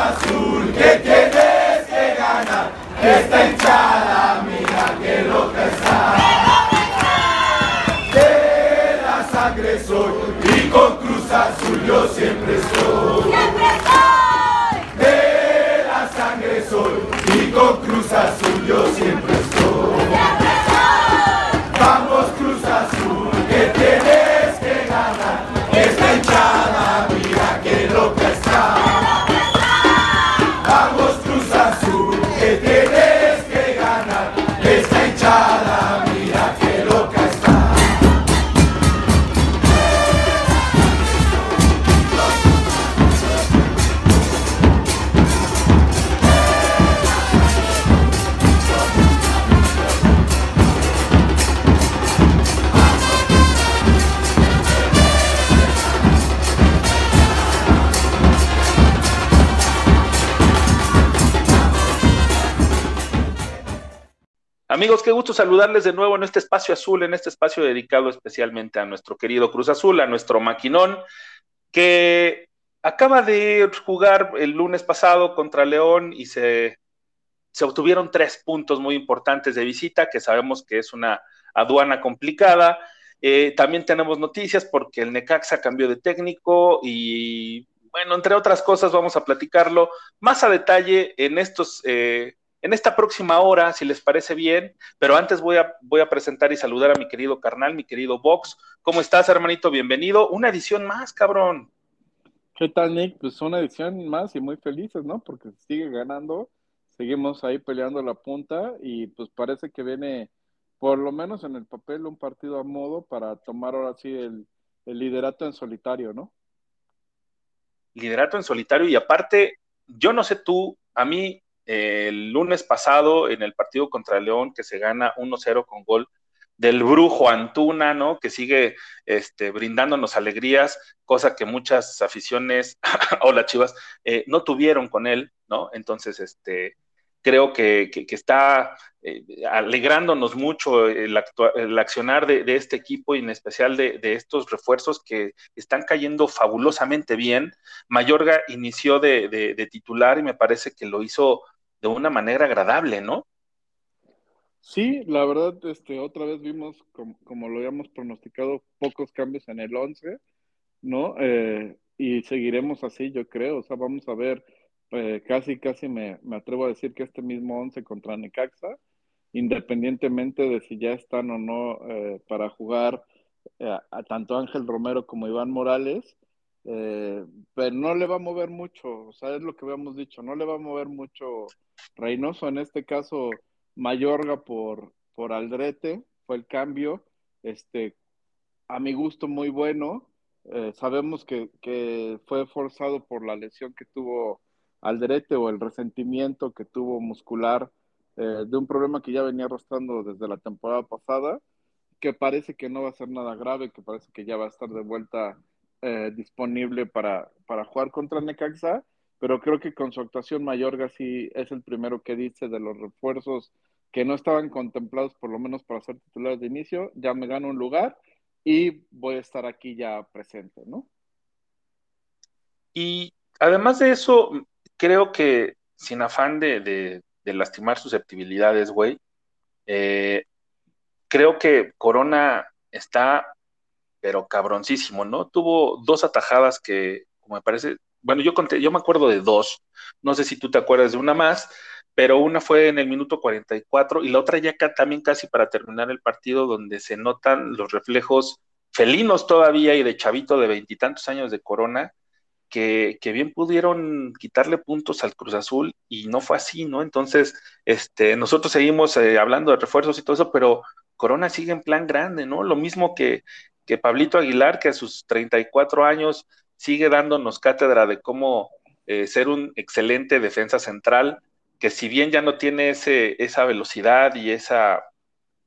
Azul, que tienes que ganar. Esta hinchada, mira que loca está. De la sangre soy y con Cruz Azul yo siempre estoy. ¡Siempre estoy! De la sangre soy y con Cruz Azul yo siempre estoy. ¡Siempre estoy! Vamos Cruz Azul, que tienes que ganar. Esta hinchada, mira que loca está. Vamos Cruz Azul, que tienes que ganar. Esta hinchada, mira que loca está. Amigos, qué gusto saludarles de nuevo en este espacio azul, en este espacio dedicado especialmente a nuestro querido Cruz Azul, a nuestro maquinón, que acaba de jugar el lunes pasado contra León y se obtuvieron 3 puntos muy importantes de visita, que sabemos que es una aduana complicada. También tenemos noticias porque el Necaxa cambió de técnico y, bueno, entre otras cosas vamos a platicarlo más a detalle en esta próxima hora, si les parece bien, pero antes voy a presentar y saludar a mi querido carnal, mi querido Vox. ¿Cómo estás, hermanito? Bienvenido. Una edición más, cabrón. ¿Qué tal, Nick? Pues una edición más y muy felices, ¿no? Porque sigue ganando, seguimos ahí peleando la punta y pues parece que viene, por lo menos en el papel, un partido a modo para tomar ahora sí el liderato en solitario, ¿no? Liderato en solitario y aparte, yo no sé tú, a mí el lunes pasado en el partido contra León que se gana 1-0 con gol del Brujo Antuna, ¿no? Que sigue brindándonos alegrías, cosa que muchas aficiones o las Chivas no tuvieron con él, ¿no? Entonces, creo que está alegrándonos mucho el accionar de este equipo y en especial de estos refuerzos que están cayendo fabulosamente bien. Mayorga inició de titular y me parece que lo hizo de una manera agradable, ¿no? Sí, la verdad, otra vez vimos, como lo habíamos pronosticado, pocos cambios en el 11, ¿no? Y seguiremos así, yo creo. O sea, vamos a ver, casi me atrevo a decir que este mismo 11 contra Necaxa, independientemente de si ya están o no para jugar a tanto Ángel Romero como Iván Morales, pero no le va a mover mucho, o sea, es lo que habíamos dicho, no le va a mover mucho Reynoso, en este caso Mayorga por Aldrete, fue el cambio, a mi gusto muy bueno. Sabemos que fue forzado por la lesión que tuvo Aldrete o el resentimiento que tuvo muscular de un problema que ya venía arrastrando desde la temporada pasada, que parece que no va a ser nada grave, que parece que ya va a estar de vuelta disponible para jugar contra Necaxa, pero creo que con su actuación Mayorga sí es el primero que dice de los refuerzos que no estaban contemplados por lo menos para ser titulares de inicio, ya me gano un lugar y voy a estar aquí ya presente, ¿no? Y además de eso, creo que sin afán de lastimar susceptibilidades, güey, creo que Corona está, pero cabroncísimo, ¿no? Tuvo 2 atajadas que, como me parece, bueno, yo me acuerdo de 2, no sé si tú te acuerdas de una más, pero una fue en el minuto 44 y la otra ya también casi para terminar el partido, donde se notan los reflejos felinos todavía y de chavito de 20 y tantos años de Corona, que bien pudieron quitarle puntos al Cruz Azul y no fue así, ¿no? Entonces, nosotros seguimos hablando de refuerzos y todo eso, pero Corona sigue en plan grande, ¿no? Lo mismo que Pablito Aguilar, que a sus 34 años sigue dándonos cátedra de cómo ser un excelente defensa central, que si bien ya no tiene esa velocidad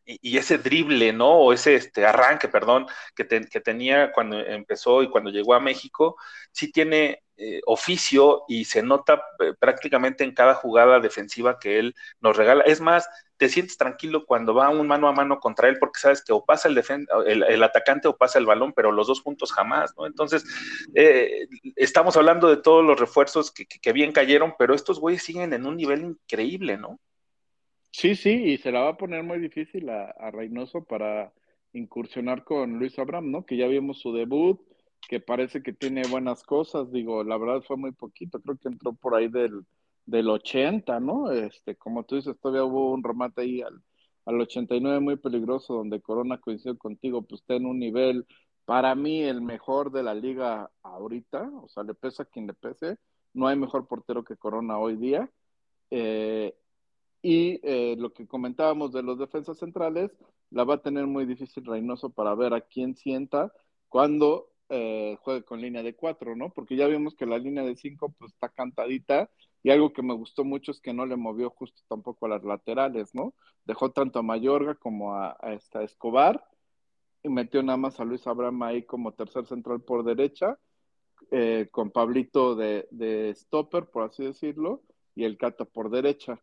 y ese drible, ¿no? O ese arranque, perdón, que tenía cuando empezó y cuando llegó a México, sí tiene oficio y se nota prácticamente en cada jugada defensiva que él nos regala. Es más, te sientes tranquilo cuando va un mano a mano contra él porque sabes que o pasa el atacante o pasa el balón, pero los dos juntos jamás, ¿no? Entonces, estamos hablando de todos los refuerzos que bien cayeron, pero estos güeyes siguen en un nivel increíble, ¿no? Sí, sí, y se la va a poner muy difícil a Reynoso para incursionar con Luis Abraham, ¿no? Que ya vimos su debut, que parece que tiene buenas cosas, digo, la verdad fue muy poquito, creo que entró por ahí del 80, ¿no? Como tú dices, todavía hubo un remate ahí al 89 muy peligroso, donde Corona coincidió contigo, pues está en un nivel, para mí, el mejor de la liga ahorita, o sea, le pesa a quien le pese, no hay mejor portero que Corona hoy día. Eh, lo que comentábamos de los defensas centrales, la va a tener muy difícil Reynoso para ver a quién sienta cuando juegue con línea de 4, ¿no? Porque ya vimos que la línea de 5 pues está cantadita y algo que me gustó mucho es que no le movió justo tampoco a las laterales, ¿no? Dejó tanto a Mayorga como a esta Escobar y metió nada más a Luis Abraham ahí como tercer central por derecha, con Pablito de stopper, por así decirlo, y el Cata por derecha.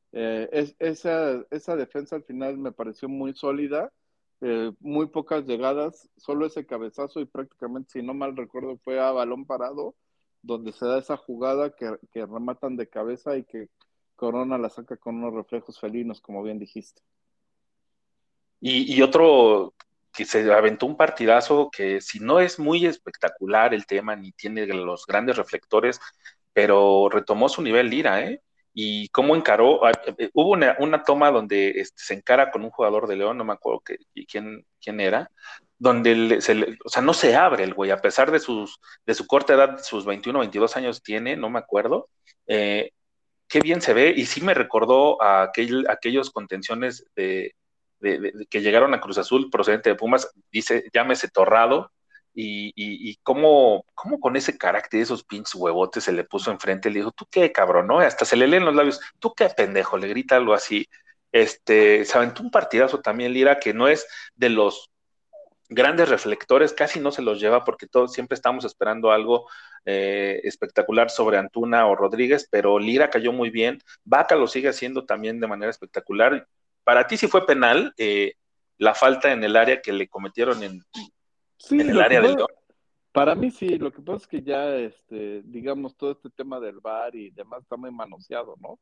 Esa defensa al final me pareció muy sólida, muy pocas llegadas, solo ese cabezazo y prácticamente, si no mal recuerdo, fue a balón parado, donde se da esa jugada que rematan de cabeza y que Corona la saca con unos reflejos felinos, como bien dijiste. Y otro que se aventó un partidazo que si no es muy espectacular el tema, ni tiene los grandes reflectores, pero retomó su nivel Lira, ¿eh? Y cómo encaró, hubo una toma donde se encara con un jugador de León, no me acuerdo quién era, donde o sea, no se abre el güey, a pesar de su corta edad, sus 21, 22 años tiene, no me acuerdo, eh, qué bien se ve, y sí me recordó a aquellos contenciones que llegaron a Cruz Azul procedente de Pumas, dice, llámese Torrado, y cómo con ese carácter, esos pinches huevotes se le puso enfrente, le dijo, ¿tú qué, cabrón? ¿No? Hasta se le leen los labios, ¿tú qué, pendejo? Le grita algo así. Se aventó un partidazo también, Lira, que no es de los grandes reflectores, casi no se los lleva porque todos siempre estamos esperando algo espectacular sobre Antuna o Rodríguez, pero Lira cayó muy bien, Vaca lo sigue haciendo también de manera espectacular. Para ti sí fue penal la falta en el área que le cometieron Sí, en el área del León. para mí sí, lo que pasa es que ya, digamos, todo este tema del VAR y demás está muy manoseado, ¿no?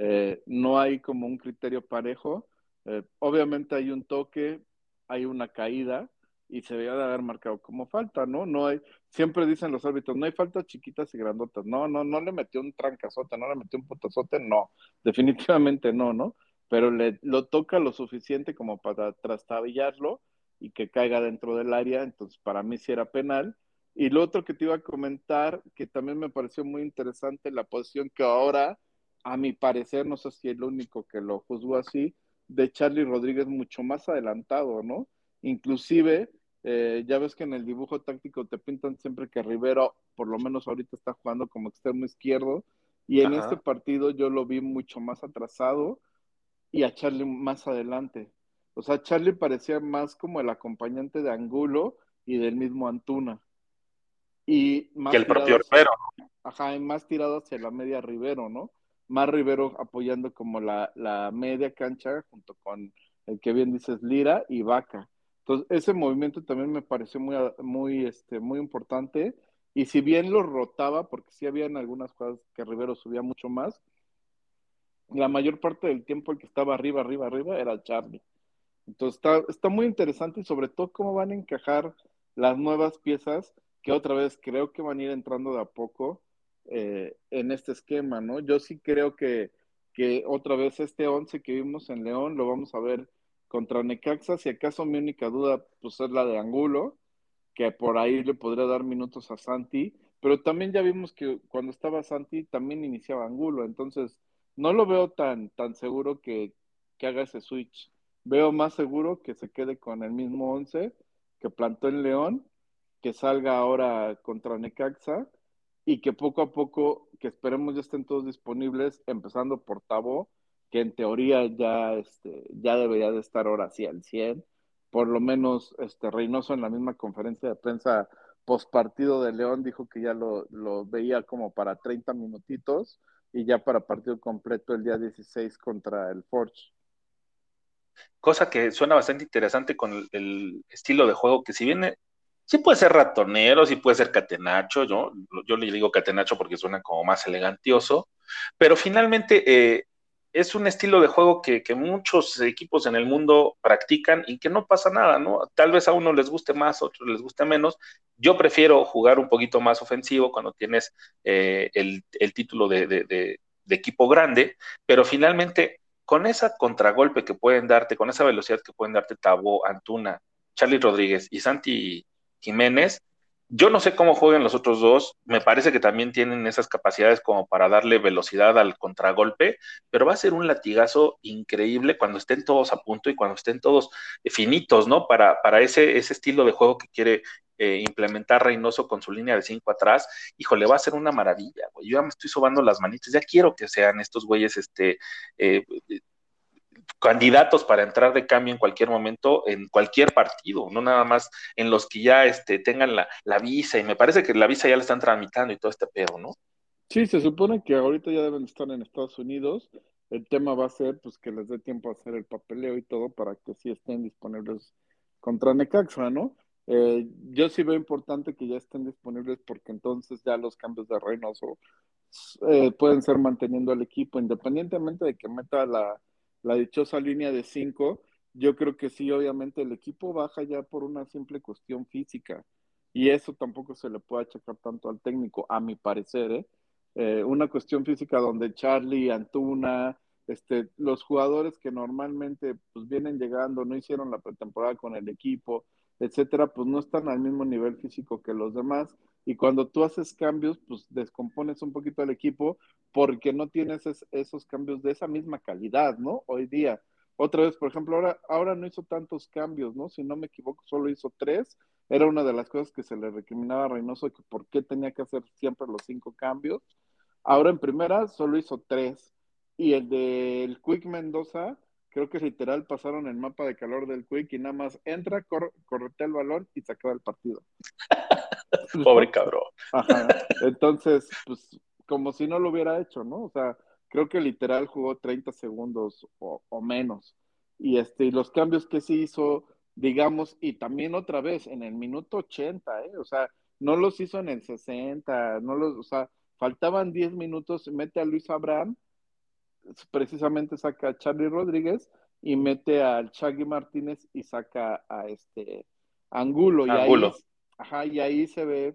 No hay como un criterio parejo. Obviamente hay un toque, hay una caída y se debe de haber marcado como falta, ¿no? No hay, siempre dicen los árbitros, no hay faltas chiquitas y grandotas. No, no, no le metió un trancazote, no le metió un putazote, no, definitivamente no, ¿no? Pero lo toca lo suficiente como para trastabillarlo y que caiga dentro del área, entonces para mí sí era penal. Y lo otro que te iba a comentar, que también me pareció muy interesante, la posición que ahora, a mi parecer, no sé si es el único que lo juzgó así, de Charlie Rodríguez mucho más adelantado, ¿no? Inclusive, ya ves que en el dibujo táctico te pintan siempre que Rivero, por lo menos ahorita está jugando como extremo izquierdo, y en este Ajá. partido yo lo vi mucho más atrasado y a Charlie más adelante. O sea, Charlie parecía más como el acompañante de Angulo y del mismo Antuna y Que más el tirado propio hacia, Rivero. ajá, y más tirado hacia la media Rivero, ¿no? Más Rivero apoyando como la media cancha junto con el que bien dices Lira y Vaca. Entonces, ese movimiento también me pareció muy importante. Y si bien lo rotaba, porque sí había en algunas jugadas que Rivero subía mucho más, la mayor parte del tiempo el que estaba arriba, arriba, arriba era Charlie. Entonces está muy interesante y sobre todo cómo van a encajar las nuevas piezas que otra vez creo que van a ir entrando de a poco en este esquema, ¿no? Yo sí creo que otra vez este 11 que vimos en León lo vamos a ver contra Necaxa. Si acaso mi única duda pues es la de Angulo, que por ahí le podría dar minutos a Santi, pero también ya vimos que cuando estaba Santi también iniciaba Angulo, entonces no lo veo tan seguro que haga ese switch. Veo más seguro que se quede con el mismo 11 que plantó en León, que salga ahora contra Necaxa y que poco a poco, que esperemos ya estén todos disponibles, empezando por Tabo, que en teoría ya debería de estar ahora sí al 100. Por lo menos Reynoso en la misma conferencia de prensa post partido de León dijo que ya lo veía como para 30 minutitos y ya para partido completo el día 16 contra el Forge. Cosa que suena bastante interesante con el estilo de juego que si viene, sí puede ser ratonero, sí puede ser catenacho, yo le digo catenacho porque suena como más elegantioso, pero finalmente es un estilo de juego que muchos equipos en el mundo practican y que no pasa nada, ¿no? Tal vez a uno les guste más, a otros les guste menos. Yo prefiero jugar un poquito más ofensivo cuando tienes el título de equipo grande, pero finalmente con esa contragolpe que pueden darte, con esa velocidad que pueden darte Tabo, Antuna, Charlie Rodríguez y Santi Jiménez, yo no sé cómo juegan los otros dos, me parece que también tienen esas capacidades como para darle velocidad al contragolpe, pero va a ser un latigazo increíble cuando estén todos a punto y cuando estén todos finitos, ¿no? Para ese estilo de juego que quiere implementar Reynoso con su línea de 5 atrás, híjole, va a ser una maravilla, güey. Yo ya me estoy sobando las manitas, ya quiero que sean estos güeyes eh, candidatos para entrar de cambio en cualquier momento, en cualquier partido, no nada más en los que ya tengan la visa, y me parece que la visa ya la están tramitando y todo este pedo, ¿no? Sí, se supone que ahorita ya deben estar en Estados Unidos. El tema va a ser pues que les dé tiempo a hacer el papeleo y todo para que sí estén disponibles contra Necaxa, ¿no? Yo sí veo importante que ya estén disponibles porque entonces ya los cambios de Reynoso pueden ser manteniendo al equipo, independientemente de que meta la dichosa línea de 5. Yo creo que sí, obviamente el equipo baja ya por una simple cuestión física y eso tampoco se le puede achacar tanto al técnico, a mi parecer, ¿eh? Una cuestión física donde Charlie, Antuna, los jugadores que normalmente pues vienen llegando, no hicieron la pretemporada con el equipo, etcétera, pues no están al mismo nivel físico que los demás. Y cuando tú haces cambios, pues descompones un poquito al equipo porque no tienes esos cambios de esa misma calidad, ¿no? Hoy día. Otra vez, por ejemplo, ahora no hizo tantos cambios, ¿no? Si no me equivoco, solo hizo 3. Era una de las cosas que se le recriminaba a Reynoso, que por qué tenía que hacer siempre los 5 cambios. Ahora en primera solo hizo 3. Y el del Quick Mendoza, creo que literal pasaron el mapa de calor del Quick y nada más entra, corretea el balón y se acaba el partido. Pobre ¿No? cabrón. Ajá. Entonces, pues como si no lo hubiera hecho, ¿no? O sea, creo que literal jugó 30 segundos o menos. Y los cambios que se hizo, digamos, y también otra vez en el minuto 80, ¿eh? O sea, no los hizo en el 60, o sea, faltaban 10 minutos, mete a Luis Abraham, precisamente saca a Charlie Rodríguez y mete al Chagui Martínez y saca a Angulo. Angulo. Ajá, y ahí se ve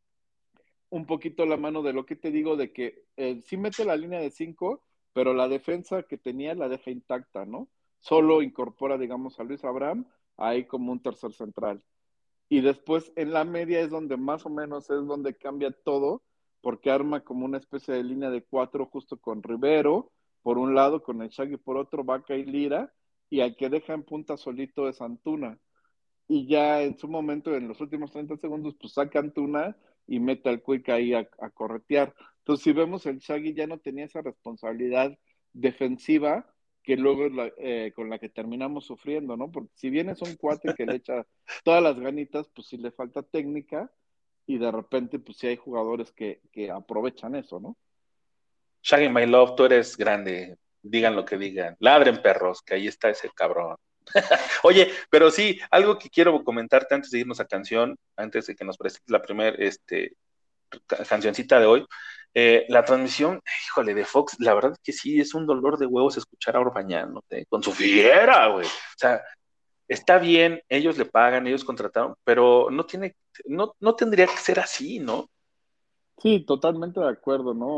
un poquito la mano de lo que te digo, de que sí mete la línea de 5, pero la defensa que tenía la deja intacta, ¿no? Solo incorpora, digamos, a Luis Abraham ahí como un tercer central. Y después en la media es donde más o menos es donde cambia todo, porque arma como una especie de línea de 4 justo con Rivero, por un lado, con el Shaggy por otro, Vaca y Lira, y al que deja en punta solito es Antuna. Y ya en su momento, en los últimos 30 segundos, pues saca Antuna y mete al Quick ahí a corretear. Entonces, si vemos, el Shaggy ya no tenía esa responsabilidad defensiva que luego es con la que terminamos sufriendo, ¿no? Porque si bien es un cuate que le echa todas las ganitas, pues sí le falta técnica y de repente, pues sí hay jugadores que aprovechan eso, ¿no? Shaggy My Love, tú eres grande, digan lo que digan, ladren perros, que ahí está ese cabrón. Oye, pero sí, algo que quiero comentarte antes de irnos a canción, antes de que nos prestes la primera cancioncita de hoy. La transmisión, híjole, de Fox, la verdad que sí, es un dolor de huevos escuchar a Orbañano, con su fiera, güey. O sea, está bien, ellos le pagan, ellos contrataron, pero no tendría que ser así, ¿no? Sí, totalmente de acuerdo, ¿no?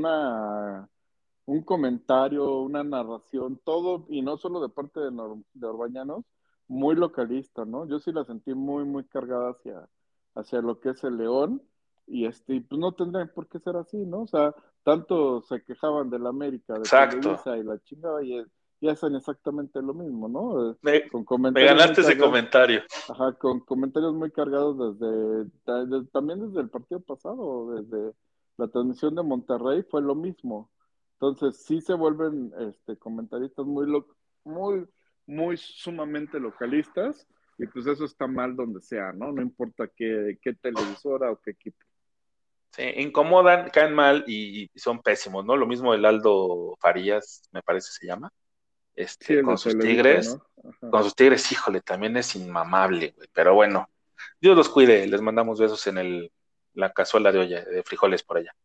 Un comentario, una narración, todo, y no solo de parte de Orbañanos, muy localista, ¿no? Yo sí la sentí muy, muy cargada hacia lo que es el León, y pues no tendría por qué ser así, ¿no? O sea, tanto se quejaban de la América, de Exacto. Televisa y la chingada, y hacen exactamente lo mismo, ¿no? Me, Con me comentarios muy ganaste ese cargados, comentario. ajá, con comentarios muy cargados también desde el partido pasado, desde la transmisión de Monterrey, fue lo mismo. Entonces sí se vuelven comentaristas muy sumamente localistas, y pues eso está mal donde sea, ¿no? No importa qué televisora o qué equipo. Sí, incomodan, caen mal y son pésimos, ¿no? Lo mismo el Aldo Farías, me parece se llama, Sí, el con de sus Televisa, Tigres, ¿no? Ajá. con sus Tigres, híjole, también es inmamable, güey, pero bueno, Dios los cuide, les mandamos besos en la cazuela de olla, de frijoles por allá.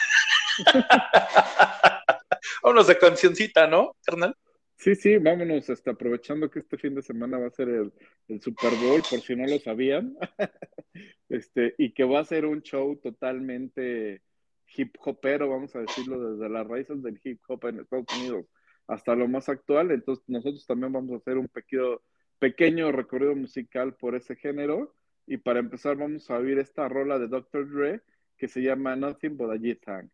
Vámonos de cancioncita, ¿no, carnal? Sí, vámonos, aprovechando que este fin de semana va a ser el Super Bowl, por si no lo sabían, y que va a ser un show totalmente hip hopero, vamos a decirlo, desde las raíces del hip hop en Estados Unidos hasta lo más actual. Entonces nosotros también vamos a hacer un pequeño recorrido musical por ese género, y para empezar vamos a oír esta rola de Dr. Dre que se llama Nothing But a G-Thang.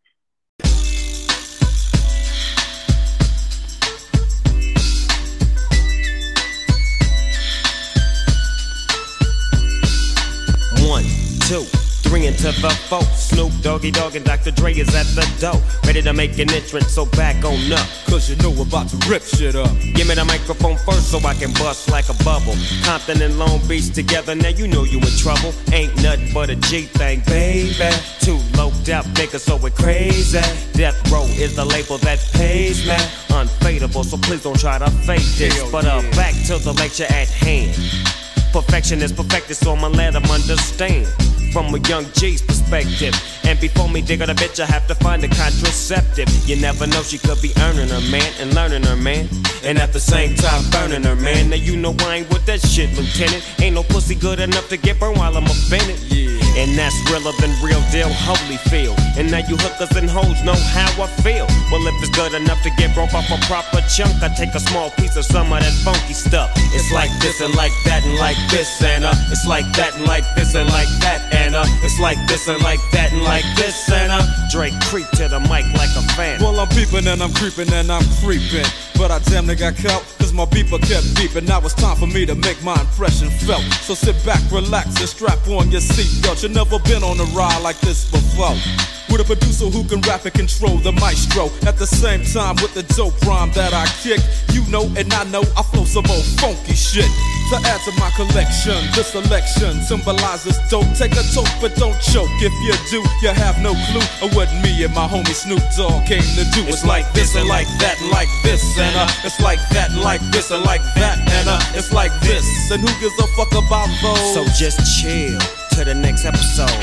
One, two, three into the four. Snoop Doggy Dogg and Dr. Dre is at the door, ready to make an entrance, so back on up. Cause you know we're about to rip shit up. Give me the microphone first so I can bust like a bubble. Compton and Long Beach together, now you know you in trouble. Ain't nothing but a G thing, baby. Two loped out niggas, so we're crazy. Death Row is the label that pays me. Unfadable, so please don't try to fake this. But back to the lecture at hand. Perfection is perfected, so I'ma let them understand from a young G's perspective. And before me dig on a bitch, I have to find a contraceptive. You never know, she could be earning her man and learning her man, and at the same time burning her man. Now you know I ain't with that shit, Lieutenant. Ain't no pussy good enough to get burned while I'm offended. And that's realer than real deal, Holyfield. And now you hookers and hoes know how I feel. Well, if it's good enough to get broke off a proper chunk, I take a small piece of some of that funky stuff. It's like this and like that and like this and it's like that and like this and like that and it's like this and like that and like this and Drake creep to the mic like a fan. Well, I'm peeping and I'm creeping and I'm creeping, but I damn near got caught, cause my beeper kept beeping. Now it's time for me to make my impression felt. So sit back, relax, and strap on your seatbelt. You never been on a ride like this before, with a producer who can rap and control the maestro. At the same time with the dope rhyme that I kick, you know and I know I flow some old funky shit. To add to my collection, this selection symbolizes dope. Take a toke but don't choke. If you do, you have no clue of what me and my homie Snoop Dogg came to do. It's like this and like that and like this and it's like that and like this and like that and it's like this. And who gives a fuck about those? So just chill to the next episode.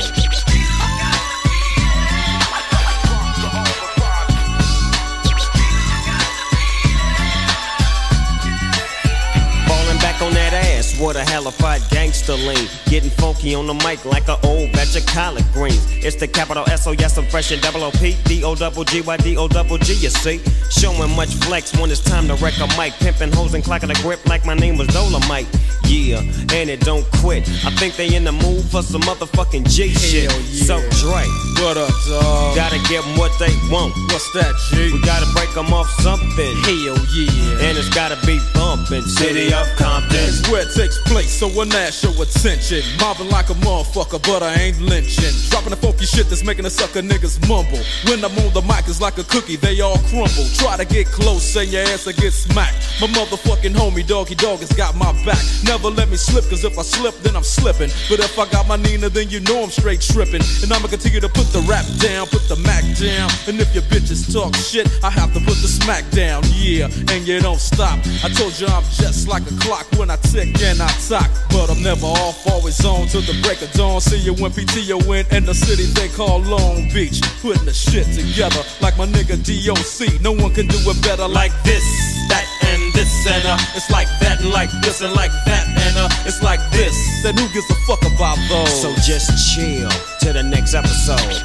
On that ass, what a halified gangster lean. Getting funky on the mic like an old batch of collard greens. It's the capital S, oh yes, I'm fresh and double O-P. D-O-double-G-Y-D-O-double-G, you see. Showing much flex when it's time to wreck a mic. Pimping hoes and clocking a grip like my name was Dolomite. Yeah, and it don't quit. I think they in the mood for some motherfucking G shit. Yeah. So Dre, What up, dog? gotta give them what they want. What's that, G? We gotta break them off something. Hell yeah. And it's gotta be bumpin'. City of Compton. It's where it takes place, so when that show attention. Mobbing like a motherfucker, but I ain't lynching. Dropping the funky shit that's making the sucker niggas mumble. When I'm on the mic, it's like a cookie, they all crumble. Try to get close, and your ass will get smacked. My motherfucking homie, Doggy Dogg, has got my back. Never let me slip, cause if I slip, then I'm slipping. But if I got my Nina, then you know I'm straight tripping. And I'ma continue to put the rap down, put the Mac down. And if your bitches talk shit, I have to put the smack down. Yeah, and you don't stop. I told you I'm just like a clock when I tick and I talk. But I'm never off, always on till the break of dawn. See you when PTO in the city they call Long Beach. Putting the shit together like my nigga DOC. No one can do it better like this, that, and this, and it's like that, and like this, and like that, and it's like this. Then who gives a fuck about those? So just chill to the next episode.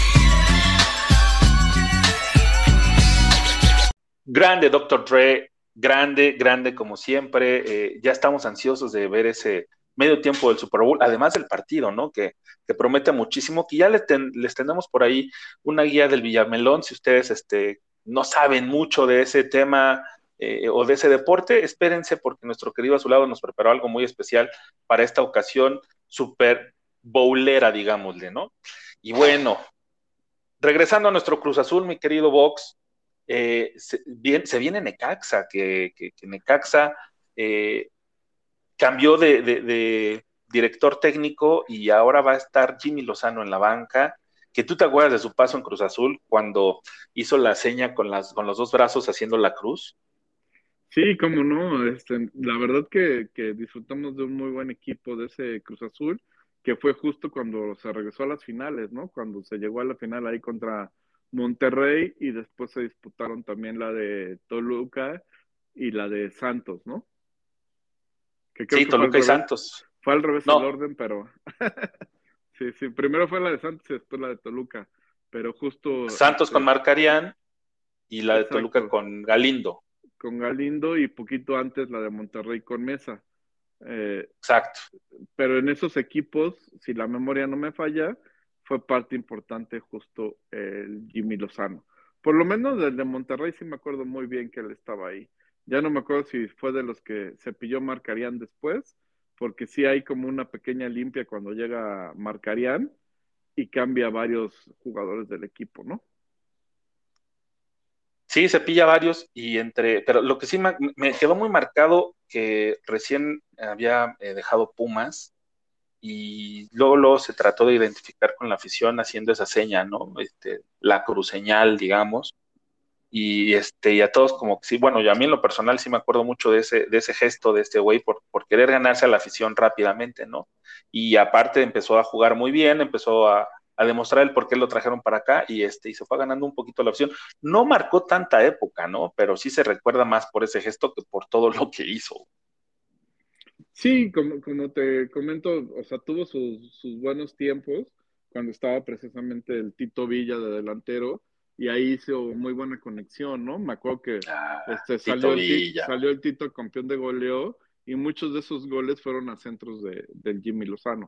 Grande Dr. Dre, grande, grande como siempre. Ya estamos ansiosos de ver ese medio tiempo del Super Bowl, además del partido, ¿no? Que promete muchísimo, que ya les tenemos por ahí una guía del Villamelón, si ustedes no saben mucho de ese tema o de ese deporte, espérense porque nuestro querido Azulado nos preparó algo muy especial para esta ocasión Super Bowlera, digámosle, ¿no? Y bueno, regresando a nuestro Cruz Azul, mi querido Vox, se viene Necaxa, que Necaxa cambió de director técnico y ahora va a estar Jimmy Lozano en la banca, que tú te acuerdas de su paso en Cruz Azul cuando hizo la seña con los dos brazos haciendo la cruz. Sí, cómo no, la verdad que disfrutamos de un muy buen equipo de ese Cruz Azul, que fue justo cuando se regresó a las finales, ¿no? Cuando se llegó a la final ahí contra Monterrey y después se disputaron también la de Toluca y la de Santos, ¿no? Que creo Sí, que fue al Toluca y revés, Santos. fue al revés el No, orden, pero sí, sí, primero fue la de Santos y después la de Toluca, pero justo, Santos con Marcarián y la de Toluca exacto, con Galindo. con Galindo y poquito antes la de Monterrey con Mesa. Exacto. Pero en esos equipos, si la memoria no me falla, fue parte importante justo el Jimmy Lozano. Por lo menos del de Monterrey sí me acuerdo muy bien que él estaba ahí. Ya no me acuerdo si fue de los que Cepilló Marcarían después, porque sí hay como una pequeña limpia cuando llega Marcarían y cambia varios jugadores del equipo, ¿no? Sí, se pilla varios pero lo que sí me quedó muy marcado que recién había dejado Pumas y luego se trató de identificar con la afición haciendo esa seña, ¿no? La cruceñal, digamos, y a todos como que sí, bueno, y a mí en lo personal sí me acuerdo mucho de ese gesto de este güey por querer ganarse a la afición rápidamente, ¿no? Y aparte empezó a jugar muy bien, empezó a demostrar el por qué lo trajeron para acá y se fue ganando un poquito la afición. No marcó tanta época, ¿no? Pero sí se recuerda más por ese gesto que por todo lo que hizo. Sí, como te comento, o sea, tuvo sus buenos tiempos cuando estaba precisamente el Tito Villa de delantero y ahí hizo muy buena conexión, ¿no? Me acuerdo que Tito Villa. salió el Tito campeón de goleo y muchos de esos goles fueron a centros del Jimmy Lozano.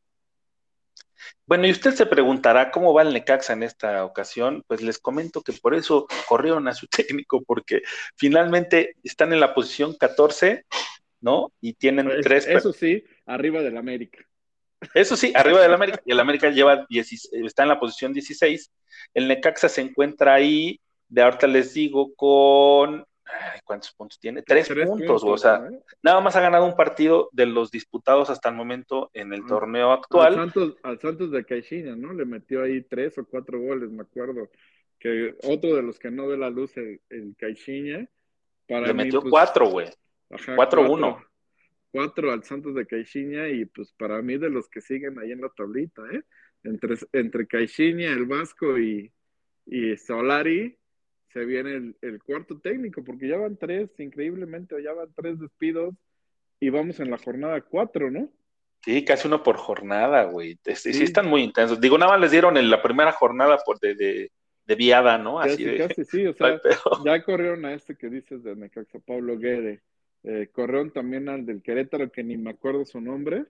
Bueno, y usted se preguntará cómo va el Necaxa en esta ocasión. Pues les comento que por eso corrieron a su técnico, porque finalmente están en la posición 14, ¿no? Y tienen Eso sí, arriba del América. Eso sí, arriba del América, y el América está en la posición 16. El Necaxa se encuentra ahí, de ahorita les digo, ¿cuántos puntos tiene? 3 puntos, o sea, ¿eh? nada más ha ganado un partido de los disputados hasta el momento en el torneo actual. Al Santos de Caixinha, ¿no? Le metió ahí 3 o 4 goles, me acuerdo. Que otro de los que no ve la luz, el Caixinha, para Le mí, metió pues, 4, güey. ajá, 4-1. 4 al Santos de Caixinha y pues para mí de los que siguen ahí en la tablita, ¿eh? Entre Caixinha, el Vasco y Solari, se viene el cuarto técnico, porque ya van 3, increíblemente, ya van 3 despidos y vamos en la jornada 4, ¿no? Sí, casi uno por jornada, güey. Sí, Sí, están muy intensos. Digo, nada más les dieron en la primera jornada de viada, ¿no? Así casi, de... casi, sí, o sea, ya corrieron a este que dices de Necaxa, Pablo Guede, corrieron también al del Querétaro, que ni me acuerdo su nombre,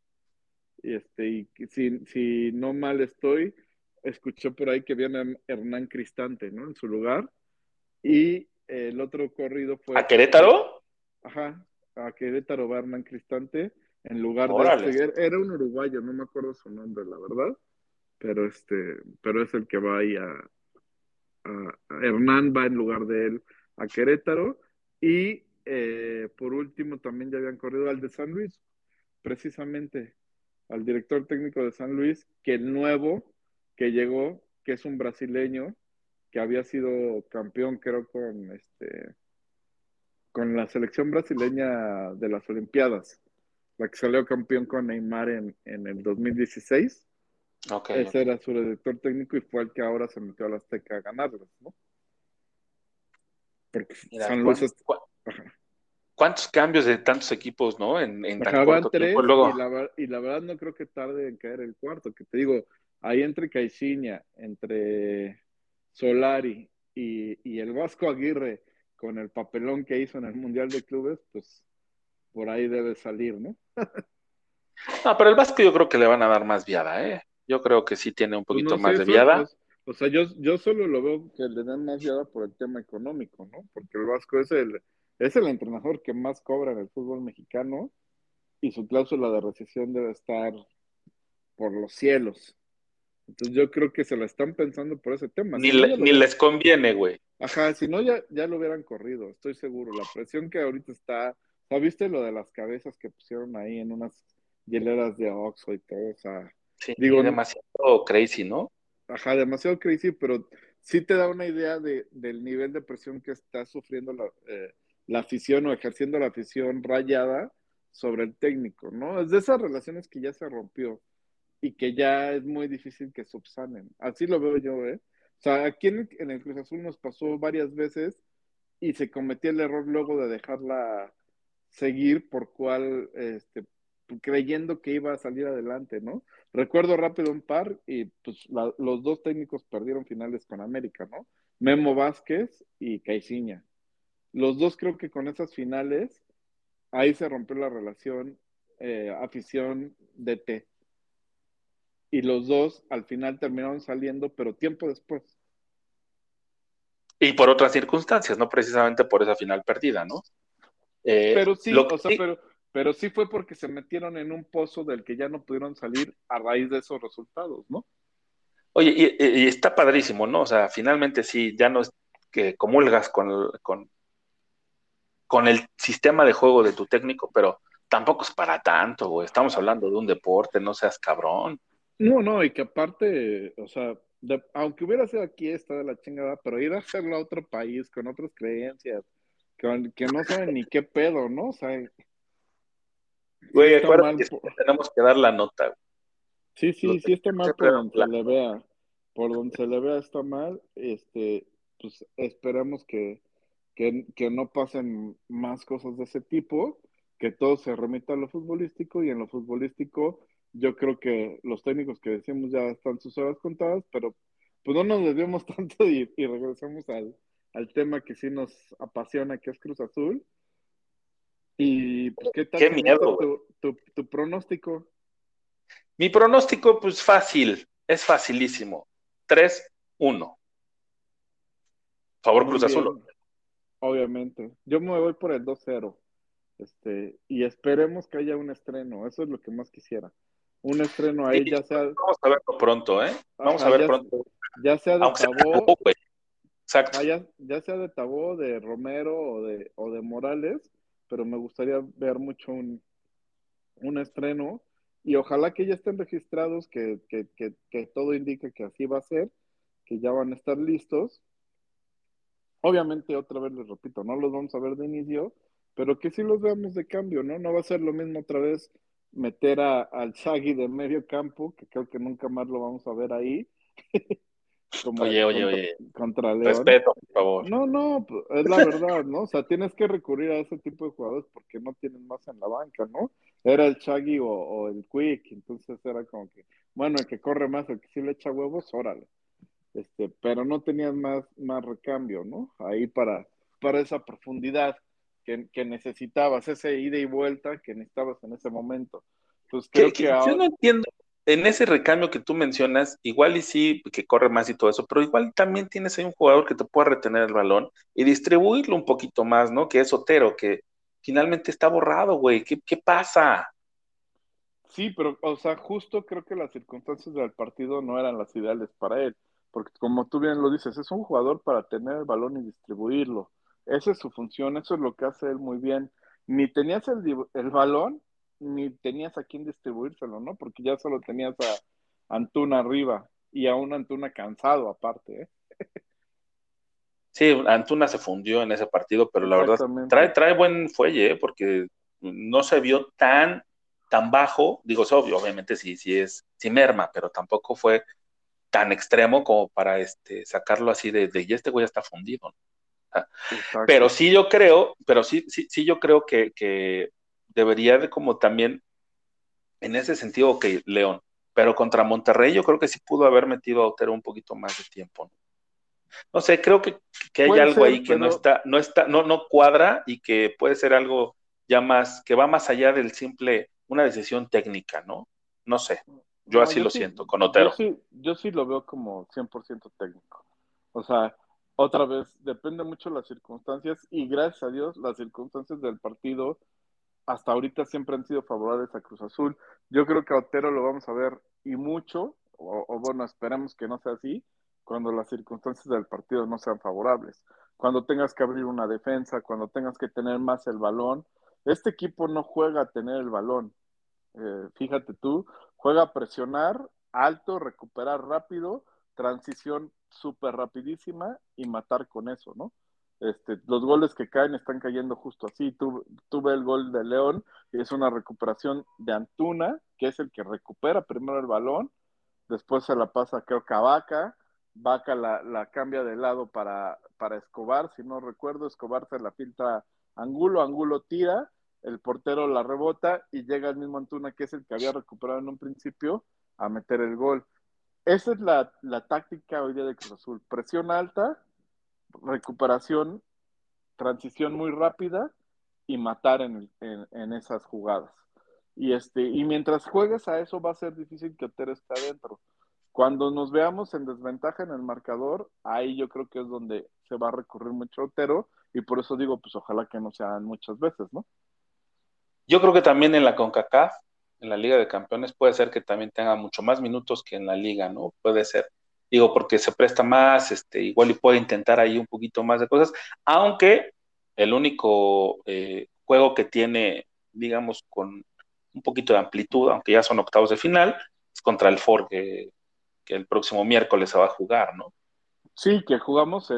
y que si no mal estoy, escuché por ahí que viene a Hernán Cristante, ¿no? En su lugar, y el otro corrido ¿A fue, Querétaro? ajá, a Querétaro va Hernán Cristante, en lugar de Órale. era un uruguayo, no me acuerdo su nombre, la verdad, pero es el que va ahí a Hernán va en lugar de él a Querétaro. Y por último también ya habían corrido al de San Luis, precisamente al director técnico de San Luis, que el nuevo que llegó, que es un brasileño, que había sido campeón, creo, con la selección brasileña de las Olimpiadas, la que salió campeón con Neymar en el 2016. Okay. Ese era su director técnico y fue el que ahora se metió a la Azteca a ganarlos, ¿no? Porque Mira, San Luis ¿cuántos cambios de tantos equipos, no? En tan bajaban corto tiempo. 3 Luego, y la verdad no creo que tarde en caer el cuarto, que te digo, ahí entre Caixinha, entre Solari y el Vasco Aguirre con el papelón que hizo en el Mundial de Clubes, pues por ahí debe salir, ¿no? No, pero el Vasco yo creo que le van a dar más viada, ¿eh? Yo creo que sí tiene un Pues poquito no sé, más de viada. o sea, yo solo lo veo que le dan más viada por el tema económico, ¿no? Porque el Vasco es el entrenador que más cobra en el fútbol mexicano y su cláusula de rescisión debe estar por los cielos. Entonces yo creo que se la están pensando por ese tema. Si no, ya lo Ni les conviene, güey. ajá, si no, ya lo hubieran corrido, estoy seguro. La presión que ahorita está, ¿viste lo de las cabezas que pusieron ahí en unas hieleras de Oxxo y todo? O sea, Sí, digo, demasiado crazy, ¿no? ajá, demasiado crazy, pero sí te da una idea del nivel de presión que está sufriendo la afición o ejerciendo la afición rayada sobre el técnico, ¿no? Es de esas relaciones que ya se rompió y que ya es muy difícil que subsanen. Así lo veo yo, ¿eh? O sea, aquí en el Cruz Azul nos pasó varias veces y se cometía el error luego de dejarla seguir por cual, creyendo que iba a salir adelante, ¿no? Recuerdo rápido un par y pues los dos técnicos perdieron finales con América, ¿no? Memo Vázquez y Caixinha. Los dos creo que con esas finales, ahí se rompió la relación afición-DT. Y los dos al final terminaron saliendo, pero tiempo después. Y por otras circunstancias, no precisamente por esa final perdida, ¿no? Pero sí, Lo que o sea, pero sí fue porque se metieron en un pozo del que ya no pudieron salir a raíz de esos resultados, ¿no? Oye, y está padrísimo, ¿no? O sea, finalmente sí, ya no es que comulgas con el sistema de juego de tu técnico, pero tampoco es para tanto, güey. Estamos hablando de un deporte, no seas cabrón. No, y que aparte, o sea, aunque hubiera sido aquí, está de la chingada, pero ir a hacerlo a otro país con otras creencias, que no saben ni qué pedo, ¿no? O sea, sí Güey, está acuérdate mal. que siempre tenemos que dar la nota, güey. Los Sí está técnicos mal siempre por dan donde se la- le vea. Por donde se le vea está mal. Pues esperemos que no pasen más cosas de ese tipo, que todo se remita a lo futbolístico y en lo futbolístico yo creo que los técnicos que decimos ya están sus horas contadas, pero pues no nos desviemos tanto y regresamos al tema que sí nos apasiona, que es Cruz Azul. Y pues, ¿qué tal Qué si me echas miedo, güey. tu pronóstico? Mi pronóstico, pues fácil, es facilísimo. 3-1. Favor Muy Cruz Azul. bien, obviamente. Yo me voy por el 2-0. Y esperemos que haya un estreno, eso es lo que más quisiera. Un estreno Sí, ahí, ya sea, vamos a verlo pronto, ¿eh? Vamos a ajá, ver pronto. ya sea de Aunque sea Tabó, Tabó, güey. Exacto. ajá, ya sea de Tabó, de Romero o de Morales, pero me gustaría ver mucho un estreno y ojalá que ya estén registrados, que todo indica que así va a ser, que ya van a estar listos. Obviamente, otra vez les repito, no los vamos a ver de inicio, pero que sí los veamos de cambio, ¿no? No va a ser lo mismo otra vez meter al Shaggy de medio campo, que creo que nunca más lo vamos a ver ahí, como Oye. contra León. Respeto, por favor. No, pues, es la verdad, ¿no? O sea, tienes que recurrir a ese tipo de jugadores porque no tienen más en la banca, ¿no? Era el Shaggy o el Quick, entonces era como que, bueno, el que corre más, el que sí le echa huevos, órale. Pero no tenías más recambio, ¿no? Ahí para esa profundidad que necesitabas, ese ida y vuelta que necesitabas en ese momento. Pues creo que Yo ahora, no entiendo, en ese recambio que tú mencionas, igual y sí, que corre más y todo eso, pero igual también tienes ahí un jugador que te pueda retener el balón y distribuirlo un poquito más, ¿no? Que es Otero, que finalmente está borrado, güey. ¿Qué pasa? sí, pero, o sea, justo creo que las circunstancias del partido no eran las ideales para él, porque como tú bien lo dices, es un jugador para tener el balón y distribuirlo. Esa es su función, eso es lo que hace él muy bien. Ni tenías el balón, ni tenías a quién distribuírselo, ¿no? Porque ya solo tenías a Antuna arriba y a un Antuna cansado aparte, ¿eh? Sí, Antuna se fundió en ese partido, pero la verdad Exactamente. trae buen fuelle, ¿eh? Porque no se vio tan bajo. Digo, es obvio, obviamente sí merma, pero tampoco fue tan extremo como para sacarlo así y este güey ya está fundido, ¿no? Pero Exacto. sí yo creo, sí yo creo que debería de como también, en ese sentido, que León, pero contra Monterrey yo creo que sí pudo haber metido a Otero un poquito más de tiempo, ¿no? No sé, creo que hay Puede algo ser, ahí que no cuadra y que puede ser algo ya más, que va más allá del simple, una decisión técnica, ¿no? No sé, yo No, así lo siento con Otero. yo sí lo veo como 100% técnico. O sea, otra vez, depende mucho de las circunstancias y gracias a Dios las circunstancias del partido hasta ahorita siempre han sido favorables a Cruz Azul. Yo creo que a Otero lo vamos a ver y mucho, o bueno, esperemos que no sea así, cuando las circunstancias del partido no sean favorables. Cuando tengas que abrir una defensa, cuando tengas que tener más el balón. Este equipo no juega a tener el balón. Fíjate tú, juega a presionar alto, recuperar rápido, transición súper rapidísima y matar con eso, ¿no? Los goles que caen están cayendo justo así. Tú ves el gol de León y es una recuperación de Antuna, que es el que recupera primero el balón, después se la pasa creo que a Vaca la cambia de lado para Escobar, si no recuerdo, Escobar se la filtra Angulo tira, el portero la rebota y llega el mismo Antuna, que es el que había recuperado en un principio, a meter el gol. Esa es la táctica hoy día de Cruz Azul. Presión alta, recuperación, transición muy rápida y matar en esas jugadas. Y mientras juegues a eso va a ser difícil que Otero esté adentro. Cuando nos veamos en desventaja en el marcador, ahí yo creo que es donde se va a recurrir mucho a Otero y por eso digo, pues ojalá que no sean muchas veces, ¿no? Yo creo que también en la CONCACAF, en la Liga de Campeones, puede ser que también tenga mucho más minutos que en la Liga, ¿no? Puede ser. Digo, porque se presta más, igual y puede intentar ahí un poquito más de cosas, aunque el único juego que tiene, digamos, con un poquito de amplitud, aunque ya son octavos de final, es contra el Ford, que el próximo miércoles se va a jugar, ¿no? Sí, que jugamos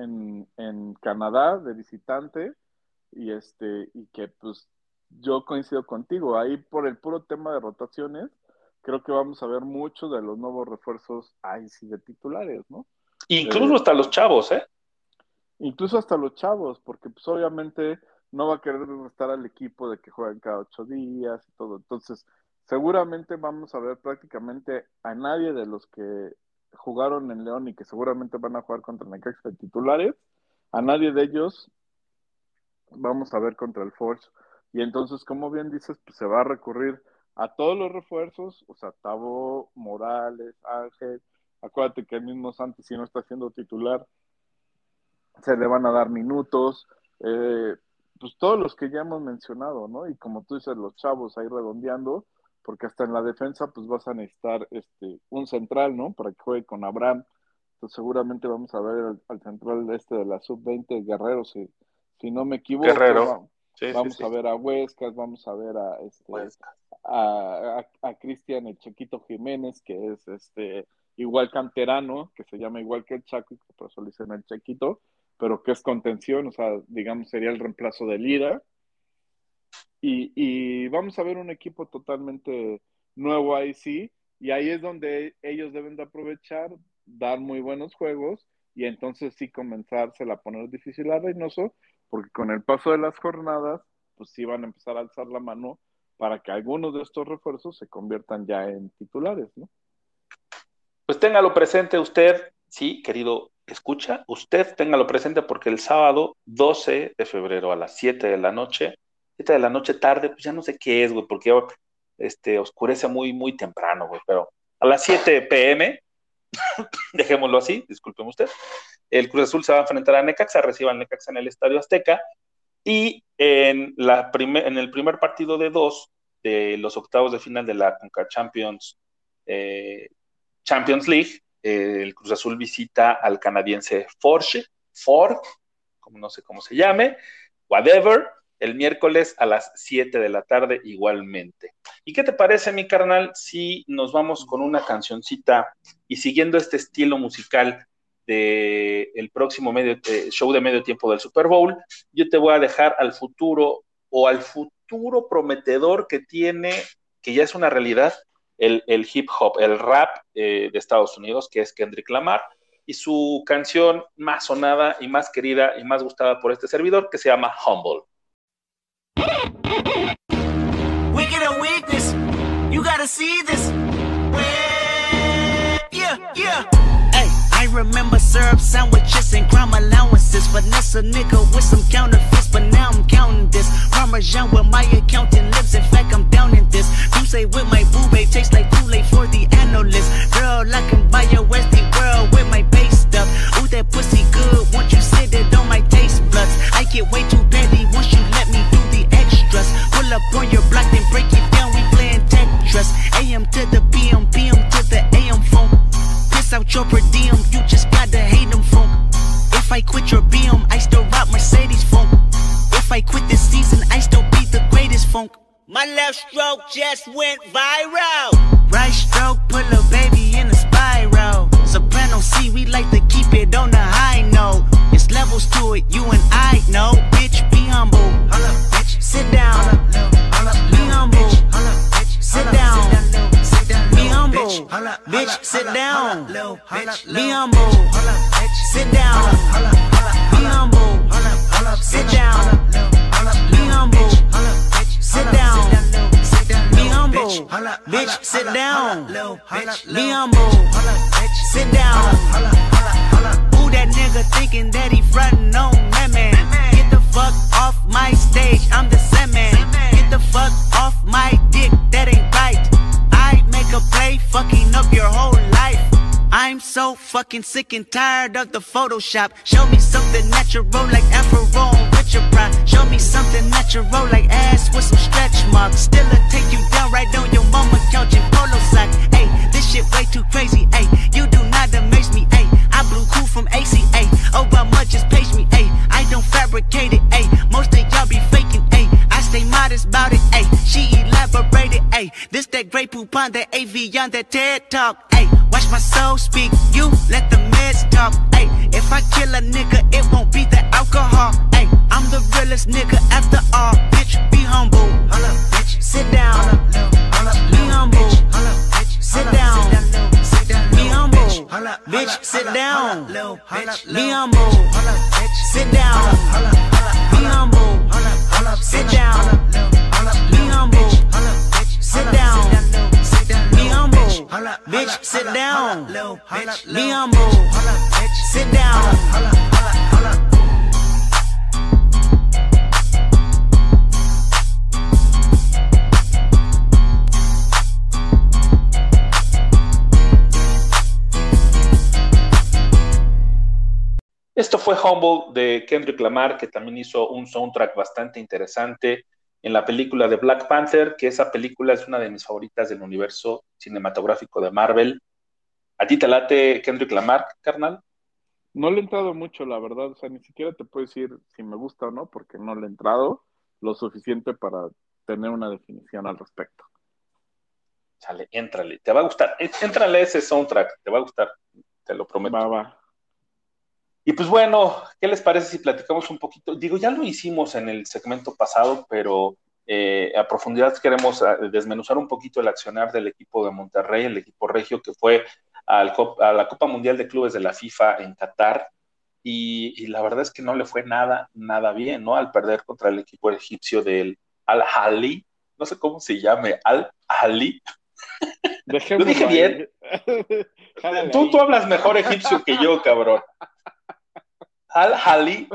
en Canadá de visitante y que pues yo coincido contigo, ahí por el puro tema de rotaciones, creo que vamos a ver mucho de los nuevos refuerzos ahí sí de titulares, ¿no? Incluso hasta los chavos, ¿eh? Incluso hasta los chavos, porque pues obviamente no va a querer estar al equipo de que juegan cada 8 días y todo, entonces seguramente vamos a ver prácticamente a nadie de los que jugaron en León y que seguramente van a jugar contra Necaxa de titulares, a nadie de ellos vamos a ver contra el Forge. Y entonces, como bien dices, pues se va a recurrir a todos los refuerzos, o sea, Tabo, Morales, Ángel, acuérdate que el mismo Santos, si no está siendo titular, se le van a dar minutos, pues todos los que ya hemos mencionado, ¿no? Y como tú dices, los chavos ahí redondeando, porque hasta en la defensa, pues vas a necesitar un central, ¿no? Para que juegue con Abraham. Entonces seguramente vamos a ver al central de la sub-20, Guerrero, si no me equivoco. Guerrero. Vamos a ver a Huescas, vamos a ver a Cristian el Chequito Jiménez, que es igual canterano, que se llama igual que el Chaco, que por eso le dicen el Chequito, pero que es contención, o sea, digamos sería el reemplazo de Lira. Y vamos a ver un equipo totalmente nuevo ahí sí, y ahí es donde ellos deben de aprovechar, dar muy buenos juegos, y entonces sí comenzársela a poner difícil a Reynoso, porque con el paso de las jornadas, pues sí van a empezar a alzar la mano para que algunos de estos refuerzos se conviertan ya en titulares, ¿no? Pues téngalo presente usted, sí, querido escucha, usted téngalo presente porque el sábado 12 de febrero a las 7 de la noche, 7 de la noche tarde, pues ya no sé qué es, güey, porque oscurece muy, muy temprano, güey, pero a las 7 p.m., dejémoslo así, discúlpeme usted, el Cruz Azul se va a enfrentar a Necaxa, reciba al Necaxa en el Estadio Azteca, y en el primer partido de 2 de los octavos de final de la CONCACAF Champions League, el Cruz Azul visita al canadiense Ford, como no sé cómo se llame, whatever, el miércoles a las 7 de la tarde igualmente. ¿Y qué te parece, mi carnal, si nos vamos con una cancioncita y siguiendo este estilo musical del próximo show de medio tiempo del Super Bowl, yo te voy a dejar al futuro prometedor que ya es una realidad, el hip hop, el rap de Estados Unidos, que es Kendrick Lamar, y su canción más sonada y más querida y más gustada por este servidor, que se llama Humble. Wicked or weakness, you gotta see this. Yeah. Hey, I remember syrup sandwiches and crime allowances. Finesse a nigga with some counterfeits, but now I'm counting this. Parmesan where my accountant lives, in fact I'm down in this. You say with my boo babe, tastes like Kool-Aid for the analyst. Girl, I can buy your Westie world with my base stuff. Ooh, that pussy good, once you sit it on my taste buds. I get way too petty once you let me do the extras. Pull up on your block, then break it down, we playing Tetris. AM to the PM, PM to the AM phone. Piss out your per diem, you just gotta hate them phone. If I quit your BM, I still rock Mercedes phone. If I quit this season, I still be the greatest funk. My left stroke just went viral. Right stroke, put a baby in a spiral. Soprano C, we like to keep it on the high note. It's levels to it, you and I know. Bitch, be humble. Bitch, sit down. Be humble. Sit down. Be humble. Bitch, sit down. Be humble. Sit down. Be humble. Sit down. Be humble. Sit down. Be humble. Bitch, sit down. Be humble. Sit down. Who that nigga thinking that he frontin' on that man? Get the fuck off my stage, I'm the Sandman. Get the fuck off my dick, that ain't right. I make a play, fucking up your whole life. I'm so fucking sick and tired of the Photoshop. Show me something natural like Afro and Richard Pryor. Show me something natural like ass with some stretch marks. Still a take you down right on your mama couch in polo sock. Ayy, this shit way too crazy. Ayy, you do not amaze me. Ayy, I blew cool from ACA. Obama just page me. Ayy, I don't fabricate it. Ayy, most of y'all be faking. Ayy, I stay modest about it. Ayy, she elaborated. Ayy, this that Grey Poupon, that AV on that TED Talk. Ayy, watch my soul speak, you let the meds talk. Ayy, if I kill a nigga, it won't be the alcohol. Ayy, I'm the realest nigga after all. Bitch, be humble. Bitch, sit down. Be humble. Sit down. Be humble. Bitch, sit down. Be humble. Sit down. Be humble. Sit down. Be humble. Sit down. Be humble. Bitch, sit down. Be humble. Sit down. Esto fue Humble de Kendrick Lamar, que también hizo un soundtrack bastante interesante en la película de Black Panther, que esa película es una de mis favoritas del universo cinematográfico de Marvel. ¿A ti te late Kendrick Lamar, carnal? No le he entrado mucho, la verdad. O sea, ni siquiera te puedo decir si me gusta o no, porque no le he entrado lo suficiente para tener una definición al respecto. Chale, éntrale, te va a gustar. Éntrale a ese soundtrack, te va a gustar, te lo prometo. Va. Y pues bueno, ¿qué les parece si platicamos un poquito? Digo, ya lo hicimos en el segmento pasado, pero a profundidad queremos desmenuzar un poquito el accionar del equipo de Monterrey, el equipo regio que fue a la Copa Mundial de Clubes de la FIFA en Qatar, y la verdad es que no le fue nada bien, ¿no? Al perder contra el equipo egipcio del Al-Ahly, no sé cómo se llame, Al-Ahly. Lo dije bien. Tú hablas mejor egipcio que yo, cabrón. Al-Ahly.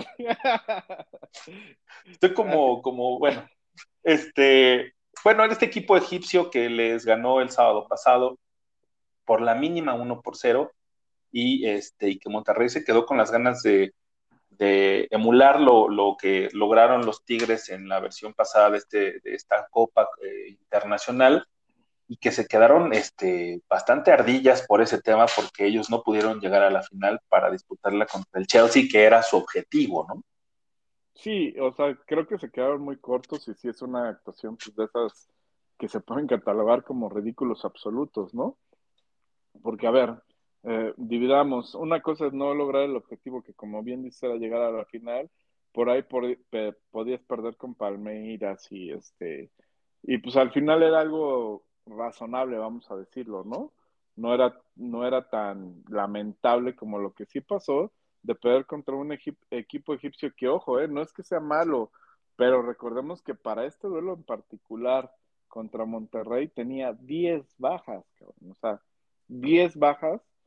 Estoy como, bueno, en este equipo egipcio que les ganó el sábado pasado por la mínima 1-0, y que Monterrey se quedó con las ganas de emular lo que lograron los Tigres en la versión pasada de esta Copa Internacional, y que se quedaron bastante ardillas por ese tema, porque ellos no pudieron llegar a la final para disputarla contra el Chelsea, que era su objetivo, ¿no? Sí, o sea, creo que se quedaron muy cortos, y sí es una actuación pues, de esas que se pueden catalogar como ridículos absolutos, ¿no? Porque, a ver, dividamos, una cosa es no lograr el objetivo, que como bien dice era llegar a la final, por ahí podías perder con Palmeiras, y pues al final era algo razonable, vamos a decirlo, ¿no? No era tan lamentable como lo que sí pasó de perder contra un equipo egipcio que, ojo, no es que sea malo, pero recordemos que para este duelo en particular contra Monterrey tenía 10 bajas, cabrón. O sea, 10 bajas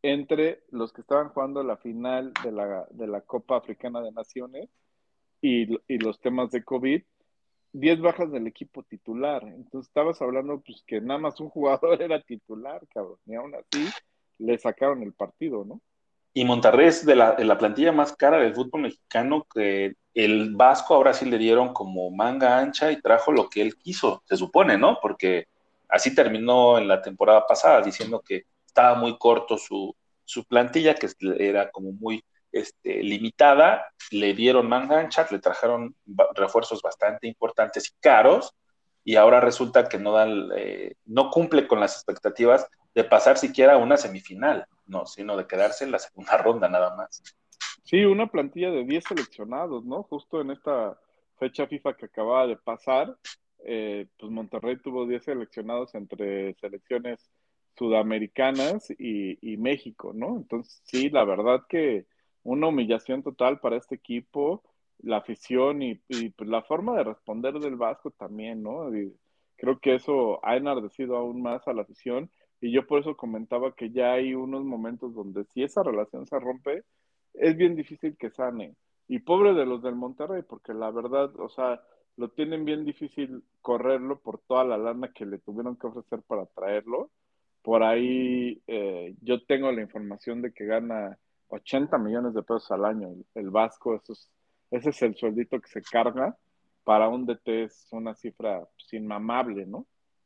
entre los que estaban jugando la final de la Copa Africana de Naciones y los temas de COVID, 10 bajas del equipo titular. Entonces estabas hablando pues que nada más un jugador era titular, cabrón, y aún así le sacaron el partido, ¿no? Y Monterrey es de la plantilla más cara del fútbol mexicano, que el Vasco ahora sí le dieron como manga ancha y trajo lo que él quiso, se supone, ¿no? Porque así terminó en la temporada pasada, diciendo que estaba muy corto su plantilla, que era como muy limitada, le dieron manga ancha, le trajeron refuerzos bastante importantes y caros, y ahora resulta que no cumple con las expectativas de pasar siquiera a una semifinal, no, sino de quedarse en la segunda ronda nada más. Sí, una plantilla de 10 seleccionados, ¿no? Justo en esta fecha FIFA que acababa de pasar, pues Monterrey tuvo 10 seleccionados entre selecciones sudamericanas y México, ¿no? Entonces, sí, la verdad que una humillación total para este equipo, la afición y pues, la forma de responder del Vasco también, ¿no? Y creo que eso ha enardecido aún más a la afición y yo por eso comentaba que ya hay unos momentos donde si esa relación se rompe, es bien difícil que sane. Y pobre de los del Monterrey, porque la verdad, o sea, lo tienen bien difícil correrlo por toda la lana que le tuvieron que ofrecer para traerlo. Por ahí yo tengo la información de que gana 80 millones de pesos al año el Vasco, ese es el sueldito que se carga. Para un DT es una cifra pues, inmamable, ¿no?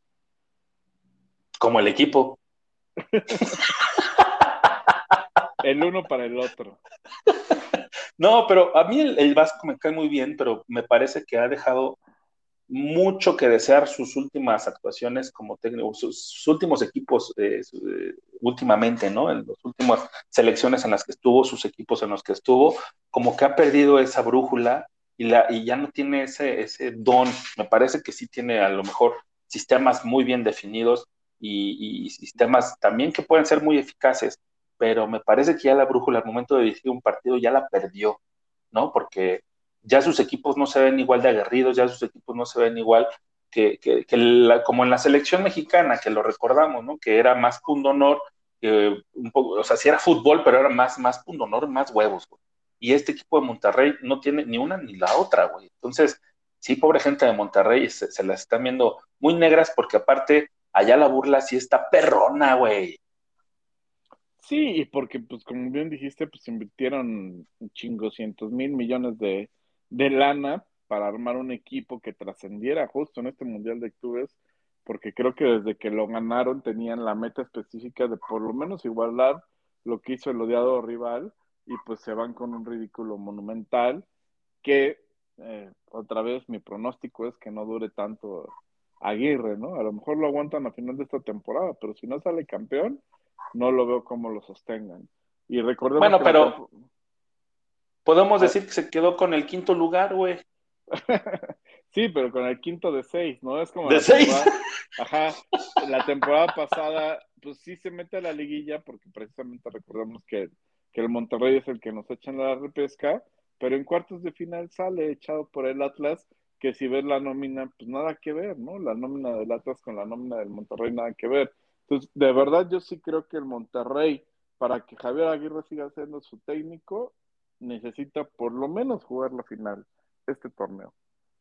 Como el equipo. El uno para el otro. No, pero a mí el Vasco me cae muy bien, pero me parece que ha dejado mucho que desear sus últimas actuaciones como técnico, sus últimos equipos últimamente, ¿no? En las últimas selecciones en las que estuvo, sus equipos en los que estuvo, como que ha perdido esa brújula y ya no tiene ese don. Me parece que sí tiene a lo mejor sistemas muy bien definidos y sistemas también que pueden ser muy eficaces, pero me parece que ya la brújula al momento de dirigir un partido ya la perdió, ¿no? Porque ya sus equipos no se ven igual de aguerridos, ya sus equipos no se ven igual como en la selección mexicana, que lo recordamos, ¿no? Que era más pundonor, un poco, o sea, sí era fútbol, pero era más pundonor, más huevos, güey. Y este equipo de Monterrey no tiene ni una ni la otra, güey. Entonces, sí, pobre gente de Monterrey, se las están viendo muy negras porque aparte, allá la burla sí está perrona, güey. Sí, y porque, pues, como bien dijiste, pues invirtieron un chingo, 100,000 millones de lana para armar un equipo que trascendiera justo en este Mundial de Clubes, porque creo que desde que lo ganaron tenían la meta específica de por lo menos igualar lo que hizo el odiado rival, y pues se van con un ridículo monumental que, otra vez, mi pronóstico es que no dure tanto Aguirre, ¿no? A lo mejor lo aguantan a final de esta temporada, pero si no sale campeón no lo veo cómo lo sostengan. Y recordemos Bueno, que pero podemos ah, decir que se quedó con el quinto lugar, güey. sí, pero con el quinto de 6, ¿no? Es como De la 6. temporada, ajá, la temporada pasada, pues sí se mete a la liguilla, porque precisamente recordemos que el Monterrey es el que nos echa en la repesca, pero en cuartos de final sale echado por el Atlas, que si ves la nómina, pues nada que ver, ¿no? La nómina del Atlas con la nómina del Monterrey, nada que ver. Entonces, de verdad, yo sí creo que el Monterrey, para que Javier Aguirre siga siendo su técnico, necesita por lo menos jugar la final, este torneo.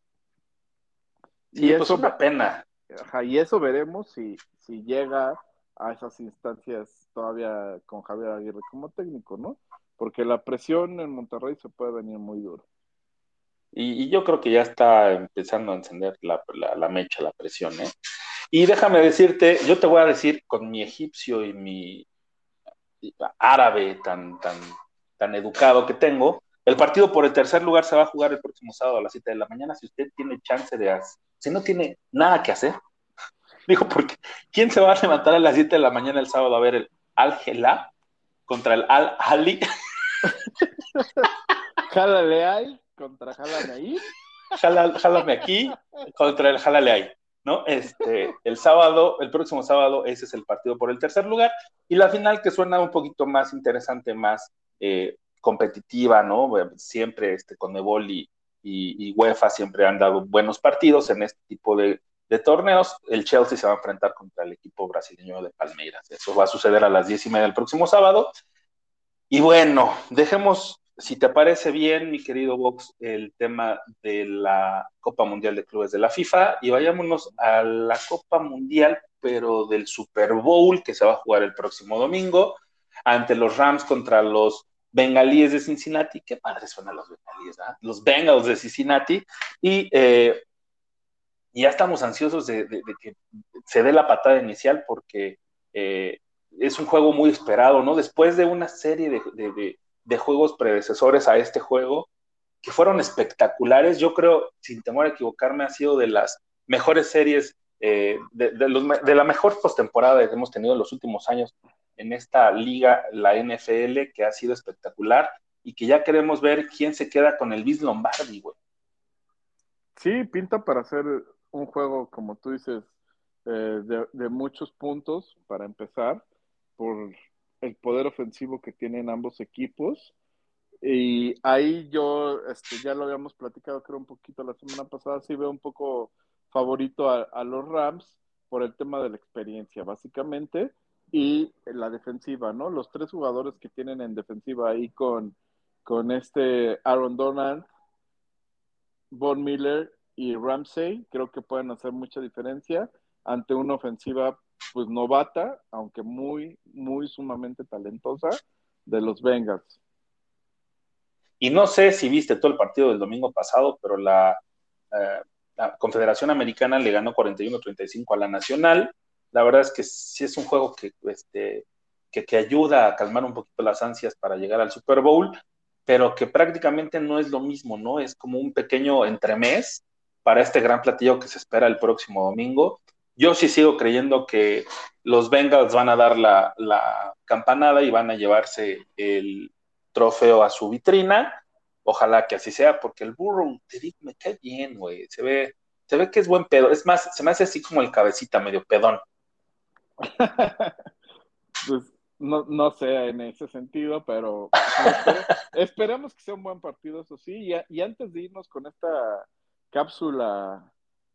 Y Sí, pues eso, una pena. ajá, y eso veremos si llega a esas instancias todavía con Javier Aguirre como técnico, ¿no? Porque la presión en Monterrey se puede venir muy duro. Y yo creo que ya está empezando a encender la mecha, la presión, ¿eh? Y déjame decirte, yo te voy a decir con mi egipcio y mi árabe tan educado que tengo, el partido por el tercer lugar se va a jugar el próximo sábado a las 7 de la mañana. Si usted tiene chance si no tiene nada que hacer, digo, porque ¿quién se va a levantar a las 7 de la mañana el sábado a ver el Al-Hilal contra el Al-Ali? Jálale ahí contra Jálame ahí. Jálame aquí contra el Jálale ahí, ¿no? El próximo sábado, ese es el partido por el tercer lugar, y la final que suena un poquito más interesante, más competitiva, ¿no? Siempre Conmebol y UEFA siempre han dado buenos partidos en este tipo de de torneos, el Chelsea se va a enfrentar contra el equipo brasileño de Palmeiras. Eso va a suceder a las 10:30 del próximo sábado. Y bueno, dejemos, si te parece bien, mi querido Vox, el tema de la Copa Mundial de Clubes de la FIFA y vayámonos a la Copa Mundial, pero del Super Bowl que se va a jugar el próximo domingo ante los Rams contra los Bengalíes de Cincinnati. Qué padres suenan los Bengalíes, ¿eh? Los Bengals de Cincinnati. Y ya estamos ansiosos de que se dé la patada inicial porque es un juego muy esperado, ¿no? Después de una serie de juegos predecesores a este juego que fueron espectaculares, yo creo, sin temor a equivocarme, ha sido de las mejores series, de la mejor postemporada que hemos tenido en los últimos años en esta liga, la NFL, que ha sido espectacular y que ya queremos ver quién se queda con el Vince Lombardi, güey. Sí, pinta para hacer un juego, como tú dices, de muchos puntos para empezar, por el poder ofensivo que tienen ambos equipos. Y ahí yo, ya lo habíamos platicado, creo, un poquito la semana pasada, sí veo un poco favorito a los Rams por el tema de la experiencia, básicamente, y la defensiva, ¿no? Los tres jugadores que tienen en defensiva ahí con Aaron Donald, Von Miller y Ramsey, creo que pueden hacer mucha diferencia ante una ofensiva pues novata, aunque muy, muy sumamente talentosa, de los Bengals. Y no sé si viste todo el partido del domingo pasado, pero la Confederación Americana le ganó 41-35 a la Nacional. La verdad es que sí es un juego que ayuda a calmar un poquito las ansias para llegar al Super Bowl, pero que prácticamente no es lo mismo, ¿no? Es como un pequeño entremés para este gran platillo que se espera el próximo domingo. Yo sí sigo creyendo que los Bengals van a dar la campanada y van a llevarse el trofeo a su vitrina. Ojalá que así sea, porque el Burrow, te digo, me cae bien, güey. Se ve que es buen pedo. Es más, se me hace así como el cabecita, medio pedón. Pues no sé en ese sentido, pero esperemos que sea un buen partido, eso sí. Y antes de irnos con esta cápsula,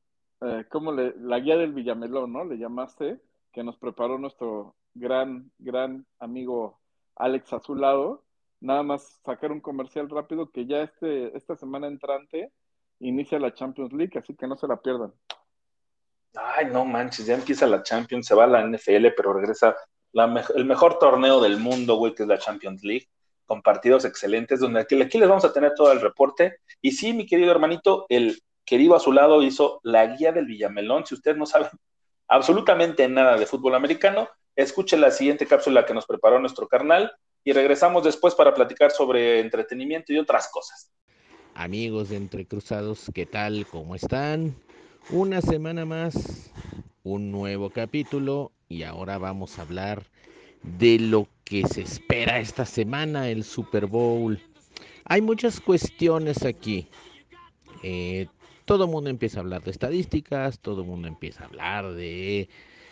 la guía del Villamelón, ¿no? Le llamaste, que nos preparó nuestro gran amigo Alex Azulado. Nada más sacar un comercial rápido que ya esta semana entrante inicia la Champions League, así que no se la pierdan. Ay, no manches, ya empieza la Champions, se va a la NFL, pero regresa el mejor torneo del mundo, güey, que es la Champions League, con partidos excelentes, donde aquí les vamos a tener todo el reporte. Y sí, mi querido hermanito, el querido Azulado hizo la guía del Villamelón. Si usted no sabe absolutamente nada de fútbol americano, escuche la siguiente cápsula que nos preparó nuestro carnal y regresamos después para platicar sobre entretenimiento y otras cosas. Amigos de Entre Cruzados, ¿qué tal? ¿Cómo están? Una semana más, un nuevo capítulo y ahora vamos a hablar de lo que se espera esta semana, el Super Bowl. Hay muchas cuestiones aquí. Todo el mundo empieza a hablar de estadísticas, todo el mundo empieza a hablar de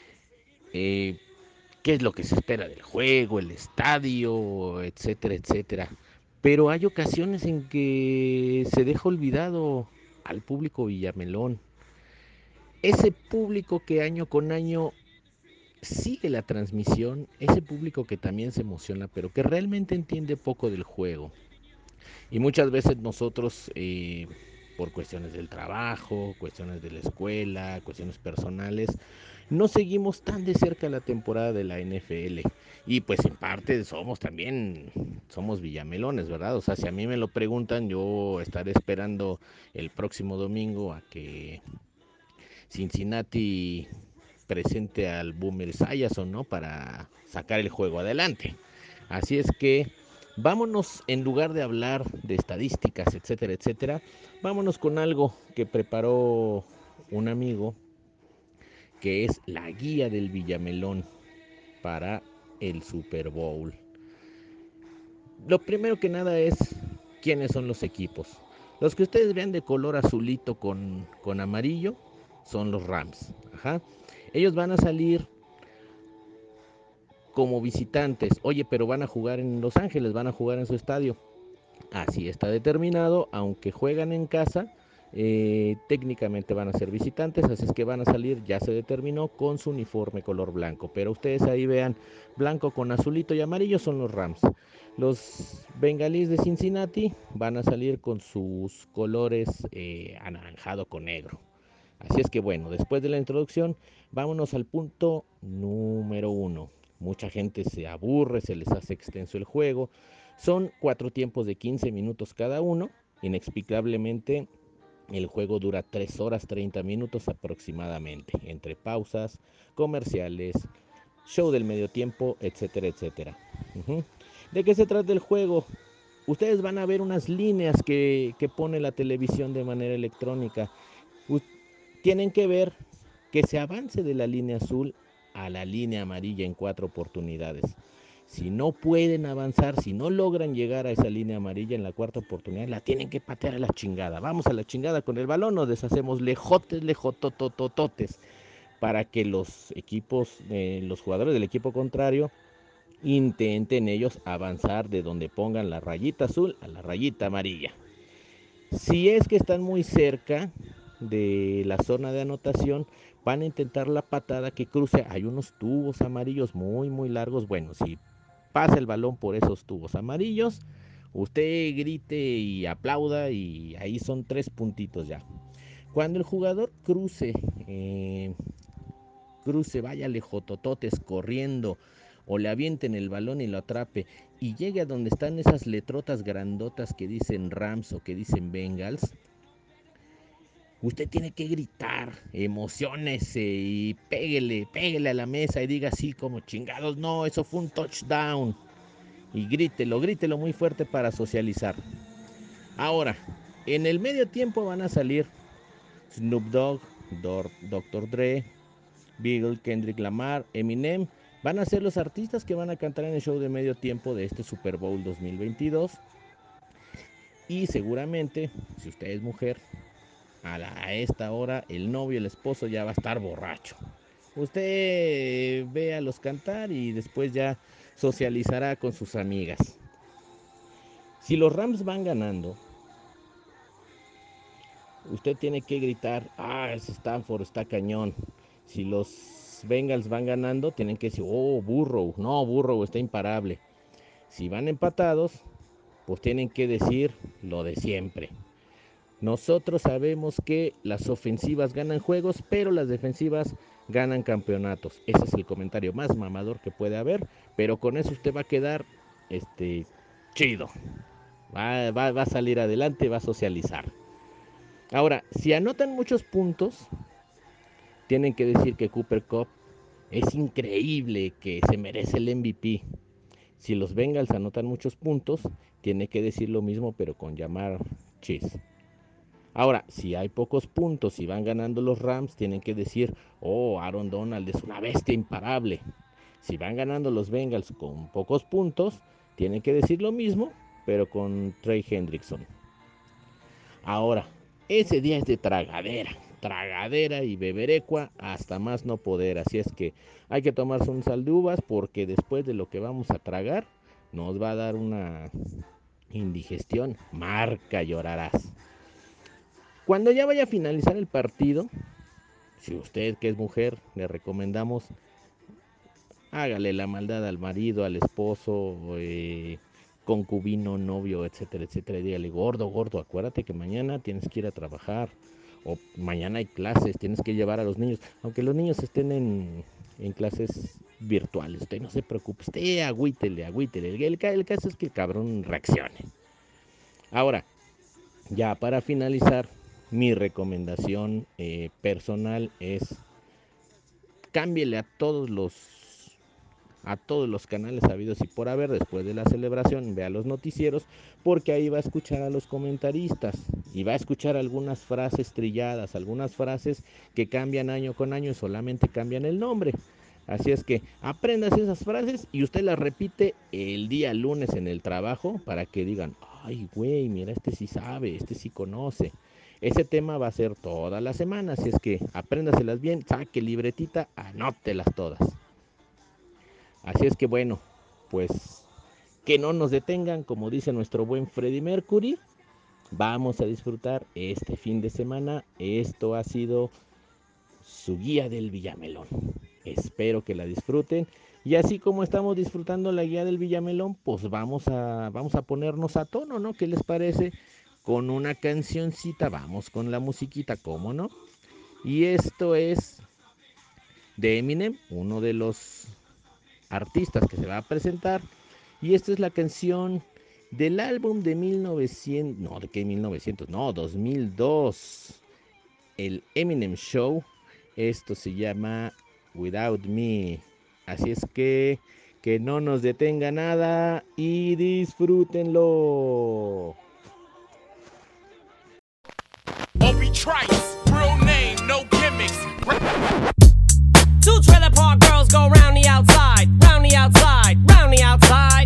qué es lo que se espera del juego, el estadio, etcétera, etcétera. Pero hay ocasiones en que se deja olvidado al público Villamelón. Ese público que año con año sigue la transmisión, ese público que también se emociona, pero que realmente entiende poco del juego. Y muchas veces nosotros, por cuestiones del trabajo, cuestiones de la escuela, cuestiones personales, no seguimos tan de cerca la temporada de la NFL. Y pues en parte somos villamelones, ¿verdad? O sea, si a mí me lo preguntan, yo estaré esperando el próximo domingo a que Cincinnati presente al Boomer Esiason, ¿no? Para sacar el juego adelante. Así es que vámonos, en lugar de hablar de estadísticas, etcétera, etcétera, vámonos con algo que preparó un amigo, que es la guía del Villamelón para el Super Bowl. Lo primero que nada es quiénes son los equipos. Los que ustedes vean de color azulito con amarillo son los Rams. Ajá. Ellos van a salir como visitantes. Oye, pero van a jugar en Los Ángeles, van a jugar en su estadio. Así está determinado, aunque juegan en casa, Técnicamente van a ser visitantes, así es que van a salir, ya se determinó, con su uniforme color blanco. Pero ustedes ahí vean, blanco con azulito y amarillo son los Rams. Los bengalíes de Cincinnati van a salir con sus colores anaranjado con negro. Así es que bueno, después de la introducción, vámonos al punto número 1. Mucha gente se aburre, se les hace extenso el juego. Son 4 tiempos de 15 minutos cada uno. Inexplicablemente, el juego dura 3 horas 30 minutos aproximadamente, entre pausas, comerciales, show del medio tiempo, etcétera, etcétera. ¿De qué se trata el juego? Ustedes van a ver unas líneas que pone la televisión de manera electrónica. Tienen que ver que se avance de la línea azul a la línea amarilla en 4 oportunidades. Si no pueden avanzar, si no logran llegar a esa línea amarilla en la 4ª oportunidad, la tienen que patear a la chingada. Vamos a la chingada con el balón, nos deshacemos lejototototes para que los equipos, los jugadores del equipo contrario intenten ellos avanzar de donde pongan la rayita azul a la rayita amarilla. Si es que están muy cerca de la zona de anotación, van a intentar la patada que cruce. Hay unos tubos amarillos muy largos. Bueno, si pasa el balón por esos tubos amarillos, usted grite y aplauda y ahí son 3 puntitos ya. Cuando el jugador cruce, vaya lejotototes corriendo o le avienten el balón y lo atrape y llegue a donde están esas letrotas grandotas que dicen Rams o que dicen Bengals, usted tiene que gritar, emociónese y péguele a la mesa y diga así como chingados, no, eso fue un touchdown. Y grítelo muy fuerte para socializar. Ahora, en el medio tiempo van a salir Snoop Dogg, Dr. Dre, Beagle, Kendrick Lamar, Eminem. Van a ser los artistas que van a cantar en el show de medio tiempo de este Super Bowl 2022. Y seguramente, si usted es mujer, a esta hora el novio, el esposo ya va a estar borracho. Usted véalos cantar y después ya socializará con sus amigas. Si los Rams van ganando, usted tiene que gritar, ese Stanford está cañón. Si los Bengals van ganando, tienen que decir, Burrow está imparable. Si van empatados, pues tienen que decir lo de siempre. Nosotros sabemos que las ofensivas ganan juegos, pero las defensivas ganan campeonatos. Ese es el comentario más mamador que puede haber, pero con eso usted va a quedar chido. Va a salir adelante, va a socializar. Ahora, si anotan muchos puntos, tienen que decir que Cooper Kupp es increíble, que se merece el MVP. Si los Bengals anotan muchos puntos, tiene que decir lo mismo, pero con llamar Chase. Ahora, si hay pocos puntos y van ganando los Rams, tienen que decir, Aaron Donald es una bestia imparable. Si van ganando los Bengals con pocos puntos, tienen que decir lo mismo, pero con Trey Hendrickson. Ahora, ese día es de tragadera y beberecua hasta más no poder. Así es que hay que tomarse un sal de uvas porque después de lo que vamos a tragar, nos va a dar una indigestión. Marca, llorarás. Cuando ya vaya a finalizar el partido, si usted que es mujer, le recomendamos, hágale la maldad al marido, al esposo, concubino, novio, etcétera, etcétera, y dígale, gordo, acuérdate que mañana tienes que ir a trabajar, o mañana hay clases, tienes que llevar a los niños, aunque los niños estén en clases virtuales, usted no se preocupe, usted agüítele, el caso es que el cabrón reaccione. Ahora, ya para finalizar, mi recomendación personal es cámbiele a todos los canales habidos y por haber después de la celebración, vea los noticieros, porque ahí va a escuchar a los comentaristas y va a escuchar algunas frases trilladas, algunas frases que cambian año con año y solamente cambian el nombre. Así es que apréndase esas frases y usted las repite el día lunes en el trabajo para que digan, ay güey, mira, este sí sabe, este sí conoce. Ese tema va a ser toda la semana, así es que apréndaselas bien, saque libretita, anótelas todas. Así es que bueno, pues que no nos detengan, como dice nuestro buen Freddie Mercury. vamos a disfrutar este fin de semana. Esto ha sido su guía del Villamelón. Espero que la disfruten. Y así como estamos disfrutando la guía del Villamelón, pues vamos a ponernos a tono, ¿no? ¿Qué les parece? Con una cancioncita, vamos con la musiquita, ¿cómo no? Y esto es de Eminem, uno de los artistas que se va a presentar. Y esta es la canción del álbum de 2002, el Eminem Show. Esto se llama Without Me. Así es que no nos detenga nada y disfrútenlo. Obi Trice, real name, no gimmicks. Two trailer park girls go round the outside, round the outside, round the outside.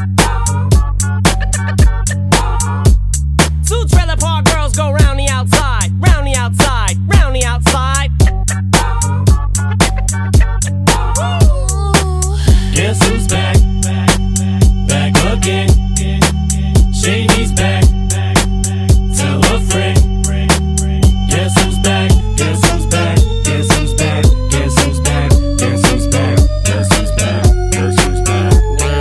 Two trailer park girls go round the outside, round the outside, round the outside. Guess who's back? Back again. Shady's back. Tell a friend. Guess who's back? Guess who's back? Guess who's back? Guess who's back? Guess who's back? Guess who's back? Guess who's back?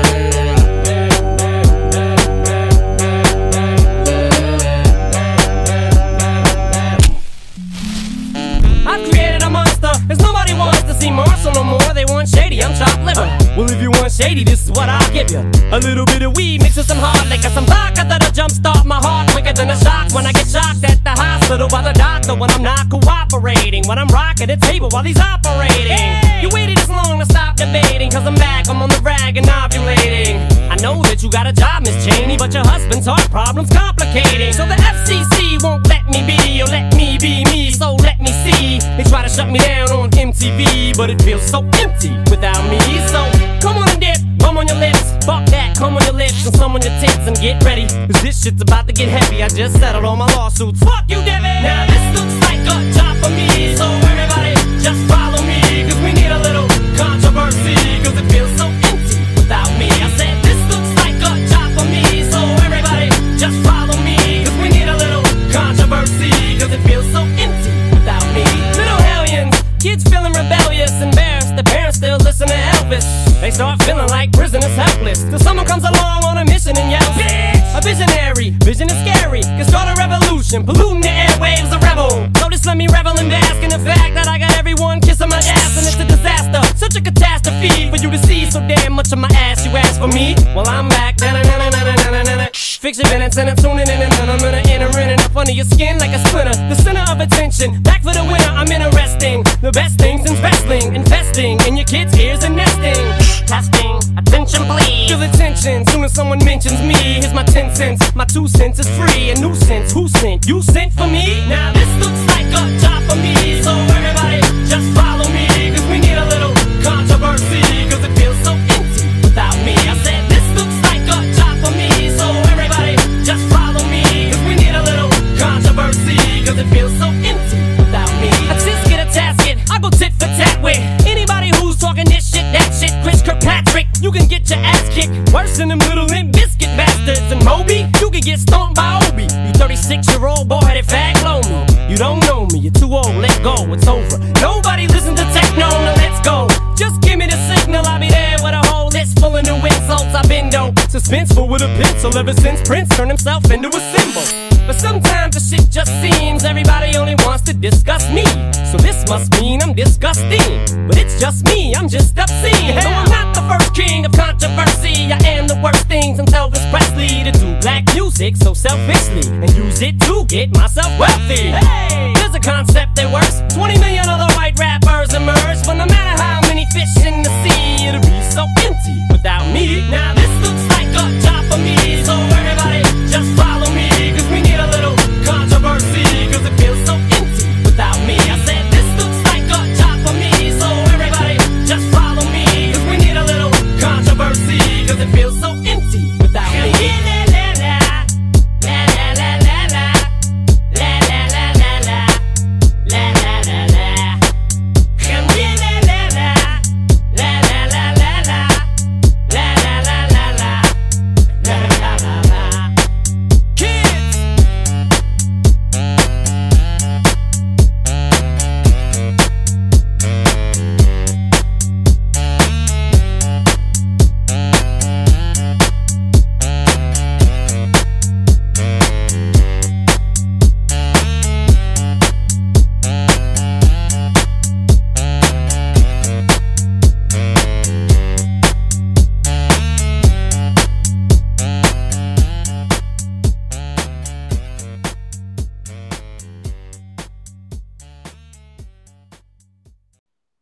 I've created a monster, cause nobody wants to see Marshall no more. They want Shady, I'm chopped liver. Well, if you want Shady, this is what I'll give you. A little bit of weed mixed with some hard liquor, some vodka that'll jumpstart my heart quicker than a shock when I get shocked at the hospital by the doctor when I'm not cooperating, when I'm rocking the table while he's operating. Hey! You waited this long to stop debating, cause I'm back, I'm on the rag and ovulating. I know that you got a job, Miss Cheney, but your husband's heart problem's complicating. So the FCC won't let me be, or let me be me, so let me see. They try to shut me down on MTV, but it feels so empty without me. So come on and dip, come on your lips, fuck that, come on your lips and some on your tits and get ready, cause this shit's about to get heavy. I just settled all my lawsuits, fuck you, Debbie. Now this looks like a job for me, so everybody just follow me, cause we need a little controversy, cause it feels so empty without me. I said this looks like a job for me, so everybody just follow me, cause we need a little controversy, cause it feels so empty without me. Little hellions, kids feeling rebellious, embarrassed, the parents still listen to Elvis. They start feeling like prisoners helpless, till someone comes along on a mission and yells, bitch! A visionary, vision is scary, can start a revolution, polluting the airwaves, a rebel. So just let me revel and bask in the fact that I got everyone kissing my ass, and it's a disaster, such a catastrophe for you to see so damn much of my ass. You ask for me, well I'm back. Fix your minutes and I'm tuning in and I'm gonna enter in and up under your skin like a splinter. The center of attention, back for the winner, I'm interesting. The best things in wrestling, investing in your kids' ears and nesting. Testing, attention please. Feel the tension, soon as someone mentions me. Here's my 10 cents, my 2 cents is free. A nuisance, who sent? You sent for me? Now this looks like a job for me, so everybody just follow me, cause we need a little controversy, cause it feels so empty without me. I said this looks like a job for me, so everybody just follow me, cause we need a little controversy, cause it feels so empty without me. I just get a tasket, I go tit for tat with anybody who's talking this shit, that shit. Chris Kirkpatrick, you can get your ass kicked worse than them little Limp Bizkit bastards. And Moby, you can get stomped by Obi. You 36-year-old boy-headed fag, blow me. You don't know me, you're too old, let go, it's over. Nobody listen to techno, now let's go. Just give me the signal, I'll be there with a whole list full of new insults. I've been dope, suspenseful with a pencil ever since Prince turned himself into a symbol. But sometimes the shit just seems everybody only wants to discuss me. So this must mean I'm disgusting. But it's just me, I'm just obscene. Though I'm not the first king of controversy, I am the worst thing since Elvis Presley to do black music so selfishly and use it to get myself wealthy. Hey, there's a concept that works. 20 million other white rappers emerge, but no matter how many fish in the sea, it'll be so empty without me. Now this looks like a job for me, so everybody just follow me, cause we need a little controversy, cause it feels so empty without me. I said this looks like a job for me, so everybody just follow me, cause we need a little controversy, cause it feels so empty without me.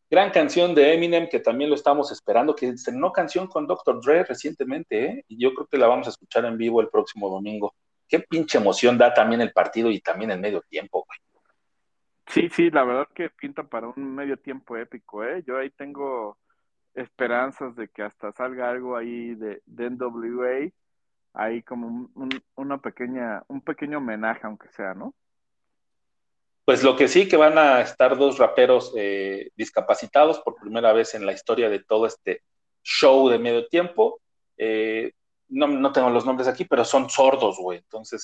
Gran canción de Eminem, que también lo estamos esperando, que estrenó canción con Dr. Dre recientemente, ¿eh? Y yo creo que la vamos a escuchar en vivo el próximo domingo. Qué pinche emoción da también el partido y también el medio tiempo, güey. Sí, sí, la verdad que pinta para un medio tiempo épico, ¿eh? Yo ahí tengo esperanzas de que hasta salga algo ahí de NWA, ahí como un pequeño homenaje, aunque sea, ¿no? Pues lo que sí, que van a estar dos raperos discapacitados por primera vez en la historia de todo este show de medio tiempo. No tengo los nombres aquí, pero son sordos, güey. Entonces,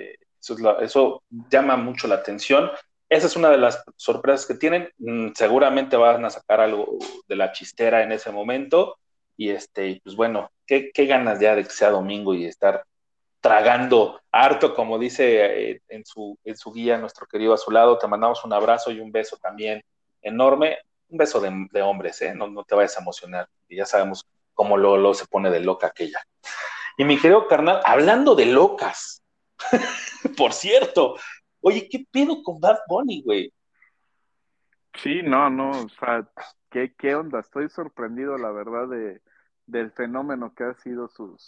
eso llama mucho la atención. Esa es una de las sorpresas que tienen. Seguramente van a sacar algo de la chistera en ese momento. Y pues bueno, qué ganas ya de que sea domingo y estar tragando harto, como dice en su guía nuestro querido Azulado. Te mandamos un abrazo y un beso también enorme, un beso de hombres, no te vayas a emocionar, y ya sabemos cómo lo se pone de loca aquella. Y mi querido carnal, hablando de locas, por cierto, oye, ¿qué pedo con Bad Bunny, güey? Sí, no, o sea, ¿qué onda? Estoy sorprendido, la verdad, del fenómeno que ha sido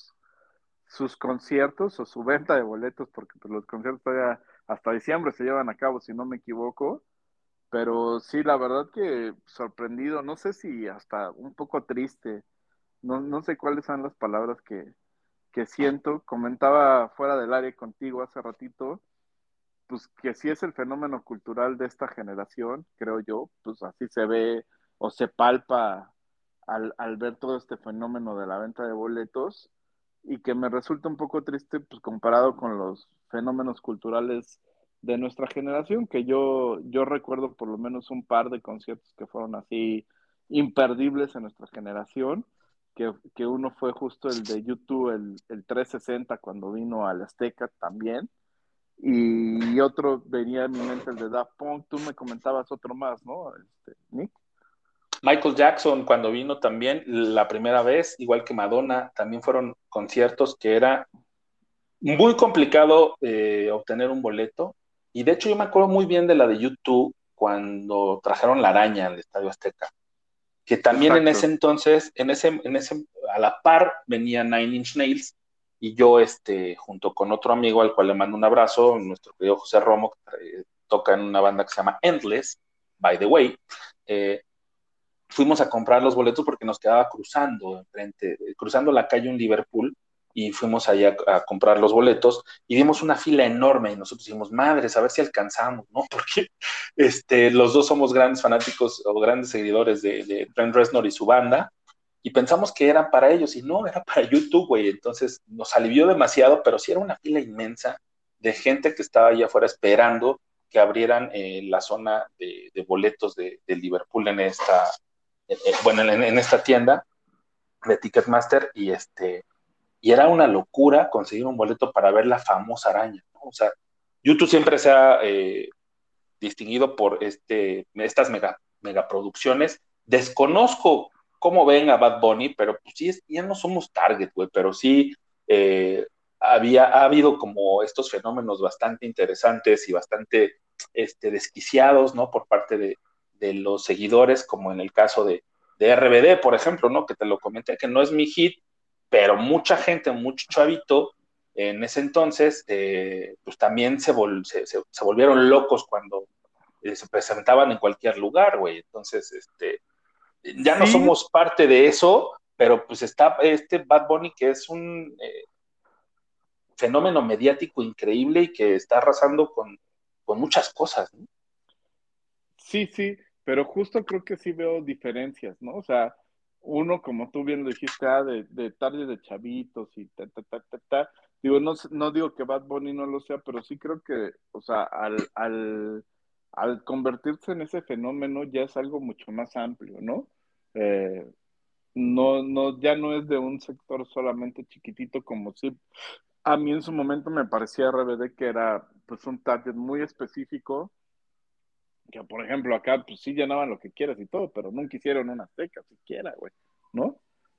sus conciertos o su venta de boletos, porque pues, los conciertos todavía hasta diciembre se llevan a cabo, si no me equivoco. Pero sí, la verdad que sorprendido, no sé si hasta un poco triste, no sé cuáles son las palabras que siento. Comentaba fuera del área contigo hace ratito, pues que sí es el fenómeno cultural de esta generación, creo yo, pues así se ve o se palpa al ver todo este fenómeno de la venta de boletos, y que me resulta un poco triste, pues comparado con los fenómenos culturales de nuestra generación, que yo recuerdo por lo menos un par de conciertos que fueron así imperdibles en nuestra generación, que uno fue justo el de YouTube, el 360, cuando vino al Azteca también, y otro venía a mi mente, el de Daft Punk. Tú me comentabas otro más, ¿no? Nick. Michael Jackson, cuando vino también la primera vez, igual que Madonna, también fueron conciertos que era muy complicado obtener un boleto. Y de hecho yo me acuerdo muy bien de la de YouTube cuando trajeron La Araña al Estadio Azteca, que también en ese Exacto. entonces, a la par venía Nine Inch Nails, y yo, junto con otro amigo al cual le mando un abrazo, nuestro querido José Romo, que toca en una banda que se llama Endless, by the way, fuimos a comprar los boletos porque nos quedaba cruzando la calle en Liverpool, y fuimos allá a comprar los boletos y vimos una fila enorme y nosotros dijimos, madres, a ver si alcanzamos, ¿no? Porque los dos somos grandes fanáticos o grandes seguidores de Trent Reznor y su banda, y pensamos que era para ellos y no, era para YouTube, güey. Entonces nos alivió demasiado, pero sí era una fila inmensa de gente que estaba allá afuera esperando que abrieran la zona de boletos de Liverpool en esta tienda de Ticketmaster, y era una locura conseguir un boleto para ver la famosa araña, ¿no? O sea, YouTube siempre se ha distinguido por estas megaproducciones. Desconozco cómo ven a Bad Bunny, pero pues sí, ya no somos target, güey, pero sí ha habido como estos fenómenos bastante interesantes y bastante desquiciados, ¿no? Por parte de los seguidores, como en el caso de RBD, por ejemplo, ¿no? Que te lo comenté, que no es mi hit, pero mucha gente, mucho chavito, en ese entonces, pues también se volvieron locos cuando se presentaban en cualquier lugar, güey. Entonces, ya no Sí, somos parte de eso, pero pues está Bad Bunny, que es un fenómeno mediático increíble y que está arrasando con muchas cosas, ¿no? sí, pero justo creo que sí veo diferencias, ¿no? O sea, uno, como tú bien lo dijiste, de tarde de chavitos y ta. Digo, no digo que Bad Bunny no lo sea, pero sí creo que, o sea, al convertirse en ese fenómeno ya es algo mucho más amplio, ¿no? Eh, ya no es de un sector solamente chiquitito, como si a mí en su momento me parecía RBD, que era pues un target muy específico, que por ejemplo acá pues sí llenaban lo que quieras y todo, pero nunca hicieron una Azteca siquiera, güey, ¿no?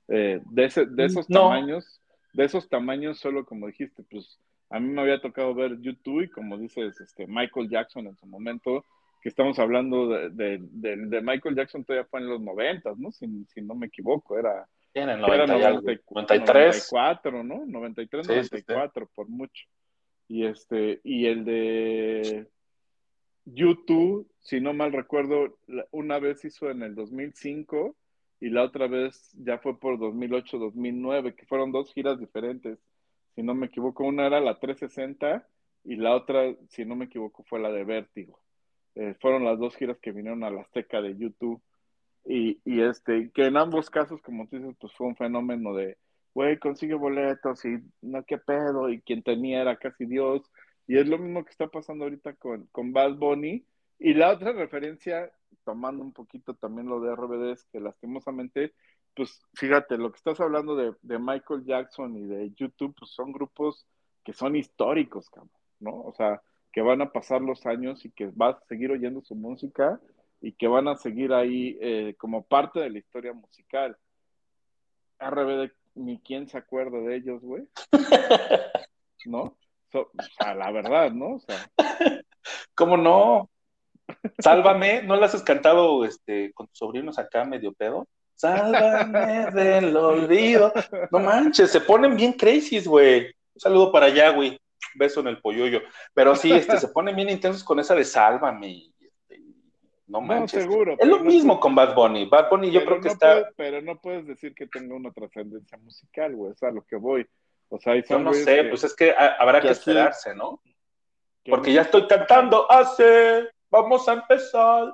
No, De esos tamaños solo, como dijiste, pues a mí me había tocado ver YouTube, y como dices, Michael Jackson en su momento, que estamos hablando de Michael Jackson todavía fue en los 90, ¿no? Si no me equivoco, En el era 90 y algo, 93. 94, ¿no? 93, Sí, sí, sí. 94 por mucho. Y el de YouTube, si no mal recuerdo, una vez hizo en el 2005 y la otra vez ya fue por 2008, 2009, que fueron dos giras diferentes. Si no me equivoco, una era la 360 y la otra, si no me equivoco, fue la de Vértigo. Fueron las dos giras que vinieron a la Azteca de YouTube. Que en ambos casos, como tú dices, pues fue un fenómeno de, güey, consigue boletos y no, qué pedo, y quien tenía era casi Dios. Y es lo mismo que está pasando ahorita con Bad Bunny. Y la otra referencia, tomando un poquito también lo de RBD, es que lastimosamente, pues fíjate, lo que estás hablando de Michael Jackson y de YouTube, pues son grupos que son históricos, cabrón, ¿no? O sea, que van a pasar los años y que vas a seguir oyendo su música y que van a seguir ahí como parte de la historia musical. RBD, ni quién se acuerda de ellos, güey. ¿No? O sea, la verdad, ¿no? O sea, ¿cómo no? Sálvame, ¿no las has cantado con tus sobrinos acá medio pedo? Sálvame del olvido. No manches, se ponen bien crazies, güey. Un saludo para allá, güey. Beso en el polluyo. Pero sí, se ponen bien intensos con esa de Sálvame. No manches. No, seguro. Es lo mismo con Bad Bunny. Bad Bunny yo creo que está... Pero no puedes decir que tenga una trascendencia musical, güey. Es a lo que voy. O sea, yo no sé, pues es que habrá que así, esperarse, ¿no? Porque ya estoy cantando vamos a empezar.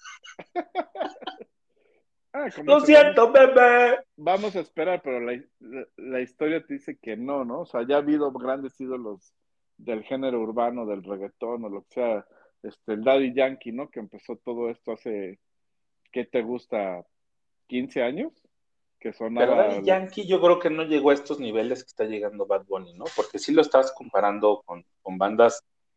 Lo siento, bebé. Vamos a esperar, pero la historia te dice que no, ¿no? O sea, ya ha habido grandes ídolos del género urbano, del reggaetón o lo que sea. El Daddy Yankee, ¿no? Que empezó todo esto hace, ¿qué te gusta? ¿15 años? Que sonaba... Pero Daddy Yankee yo creo que no llegó a estos niveles que está llegando Bad Bunny, ¿no? Porque sí lo estás comparando con bandas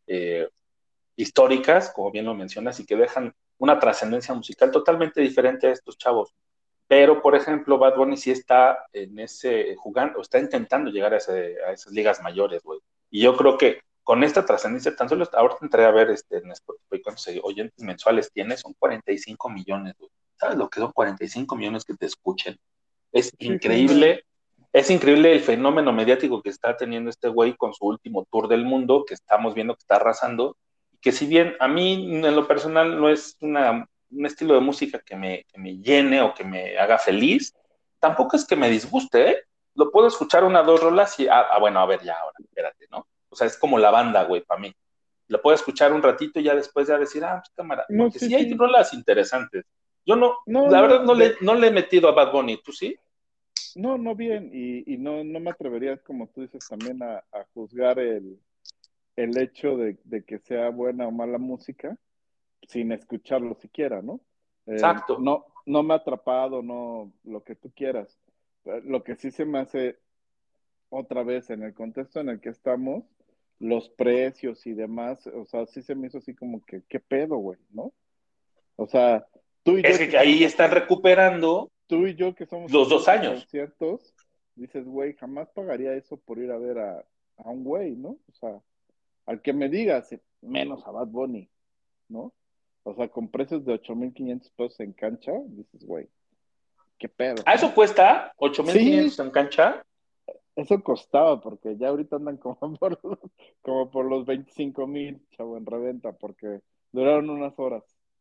históricas, como bien lo mencionas, y que dejan una trascendencia musical totalmente diferente a estos chavos. Pero, por ejemplo, Bad Bunny sí está en jugando, está intentando llegar a esas ligas mayores, güey. Y yo creo que con esta trascendencia, tan solo ahora entré a ver en Spotify cuántos oyentes mensuales tiene, son 45 millones, güey. ¿Sabes lo que son 45 millones que te escuchen? Es increíble. Es increíble el fenómeno mediático que está teniendo este güey con su último tour del mundo, que estamos viendo que está arrasando, y que si bien a mí en lo personal no es un estilo de música que me llene o que me haga feliz, tampoco es que me disguste, ¿eh? Lo puedo escuchar una o dos rolas y, bueno, a ver, ya ahora, espérate, ¿no? O sea, es como la banda, güey, para mí. Lo puedo escuchar un ratito y ya después ya decir, pues cámara, porque sí hay rolas interesantes. Yo la verdad no le he metido a Bad Bunny, ¿tú sí? No bien, y no me atrevería, como tú dices, también a juzgar el hecho de que sea buena o mala música sin escucharlo siquiera, ¿no? Exacto. No me ha atrapado, no, lo que tú quieras. Lo que sí se me hace, otra vez, en el contexto en el que estamos, los precios y demás, o sea, sí se me hizo así como que, ¿qué pedo, güey? ¿No? O sea, tú y yo... Es que ahí están recuperando... Tú y yo que somos... los 2 años. Conciertos, dices, güey, jamás pagaría eso por ir a ver a un güey, ¿no? O sea, al que me digas, menos a Bad Bunny, ¿no? O sea, con precios de 8,500 pesos en cancha, dices, güey, qué pedo. ¿A eso cuesta? ¿8,500 en cancha? Eso costaba, porque ya ahorita andan como por los 25,000, chavo, en reventa, porque duraron unas horas.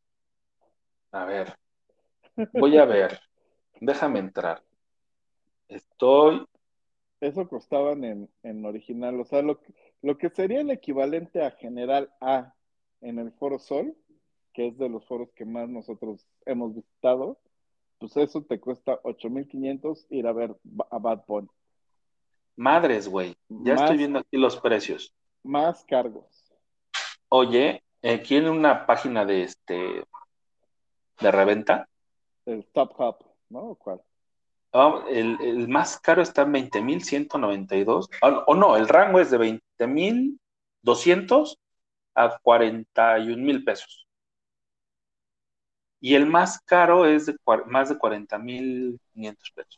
A ver, voy a ver, déjame entrar. Eso costaban en original, o sea, lo que sería el equivalente a General A en el Foro Sol, que es de los foros que más nosotros hemos visitado, pues eso te cuesta 8,500 ir a ver a Bad Bunny. Madres, güey. Ya estoy viendo aquí los precios. Más cargos. Oye, aquí en una página de reventa. El Top Hub, ¿no? ¿O cuál? El más caro está en 20,192. O no, el rango es de 20,200 a 41,000 pesos. Y el más caro es de más de 40,500 pesos.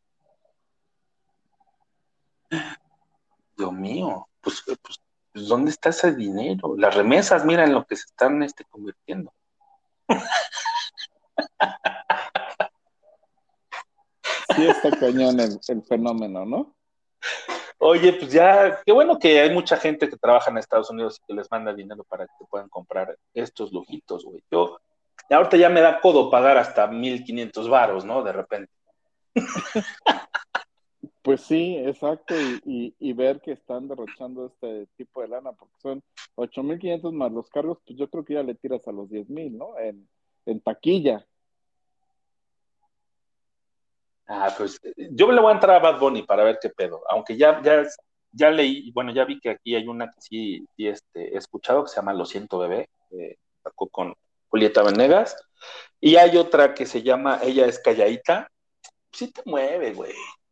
Dios mío, pues, ¿dónde está ese dinero? Las remesas, mira en lo que se están convirtiendo. sí está cañón el fenómeno, ¿no? Oye, pues ya, qué bueno que hay mucha gente que trabaja en Estados Unidos y que les manda dinero para que puedan comprar estos lujitos, güey. Yo, ahorita ya me da codo pagar hasta 1,500 varos, ¿no? De repente. Pues sí, exacto, y ver que están derrochando este tipo de lana, porque son 8,500 más los cargos, pues yo creo que ya le tiras a los 10,000, ¿no? En taquilla. Pues yo le voy a entrar a Bad Bunny para ver qué pedo, aunque ya leí, bueno, ya vi que aquí hay una que sí he escuchado que se llama Lo siento bebé, sacó con Julieta Venegas, y hay otra que se llama Ella es calladita, sí te mueve, güey.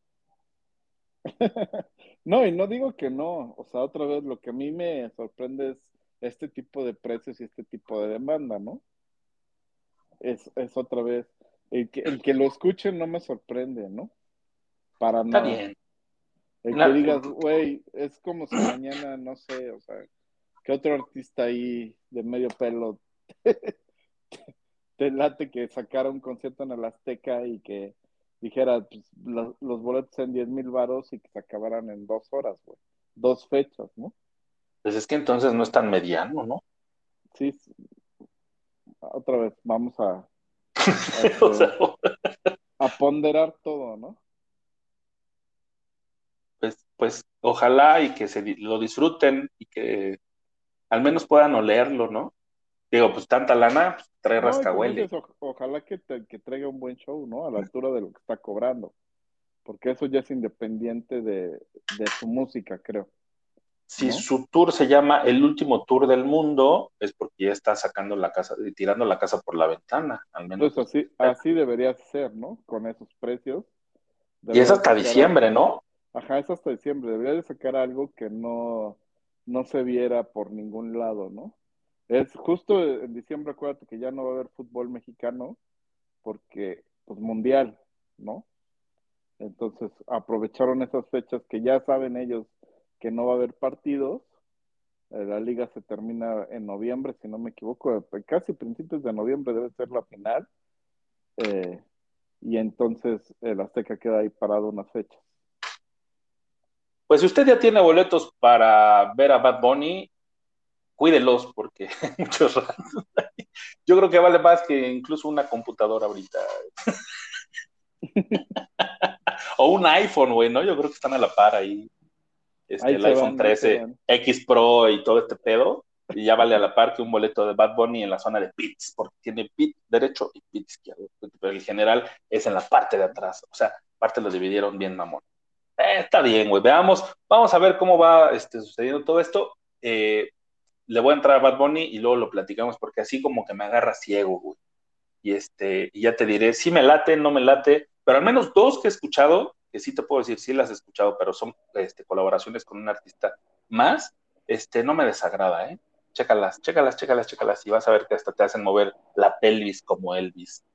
No, y no digo que no, o sea, otra vez lo que a mí me sorprende es este tipo de precios y este tipo de demanda, ¿no? Es otra vez, el que lo escuche no me sorprende, ¿no? Para Está nada. bien. El que digas, güey, es como si mañana, no sé, o sea, que otro artista ahí de medio pelo te late que sacara un concierto en el Azteca y que dijera, pues, los boletos en 10,000 varos y que se acabaran en 2 horas, güey. 2 fechas, ¿no? Pues es que entonces no es tan mediano, ¿no? Sí, otra vez, vamos a O sea, ponderar todo, ¿no? pues ojalá y que lo disfruten y que al menos puedan olerlo, ¿no? Digo, pues tanta lana, pues, trae No, y como rascahuele. dices, ojalá que traiga un buen show, ¿no? A la altura de lo que está cobrando. Porque eso ya es independiente de su música, creo. Si ¿no? su tour se llama El último tour del mundo, es porque ya está sacando la casa, tirando la casa por la ventana, al menos. Pues así debería ser, ¿no? Con esos precios. Y es hasta diciembre, ¿no? Ajá, es hasta diciembre. Debería de sacar algo que no se viera por ningún lado, ¿no? Es justo en diciembre, acuérdate que ya no va a haber fútbol mexicano porque, pues, mundial, ¿no? Entonces aprovecharon esas fechas que ya saben ellos que no va a haber partidos. La liga se termina en noviembre, si no me equivoco, casi principios de noviembre debe ser la final. Y entonces el Azteca queda ahí parado unas fechas. Pues si usted ya tiene boletos para ver a Bad Bunny, cuídelos porque muchos ratos. Yo creo que vale más que incluso una computadora ahorita. O un iPhone, güey, ¿no? Yo creo que están a la par ahí. El iPhone 13, X Pro y todo este pedo. Y ya vale a la par que un boleto de Bad Bunny en la zona de pits, porque tiene pit derecho y pit izquierdo. Pero el general es en la parte de atrás. O sea, aparte lo dividieron bien, mamón. Está bien, güey. Veamos, vamos a ver cómo va sucediendo todo esto. Le voy a entrar a Bad Bunny y luego lo platicamos, porque así como que me agarra ciego, güey. Y ya te diré si me late, no me late, pero al menos 2 que he escuchado, que sí te puedo decir, sí las he escuchado, pero son colaboraciones con un artista más, no me desagrada, ¿eh? Chécalas, y vas a ver que hasta te hacen mover la pelvis como Elvis.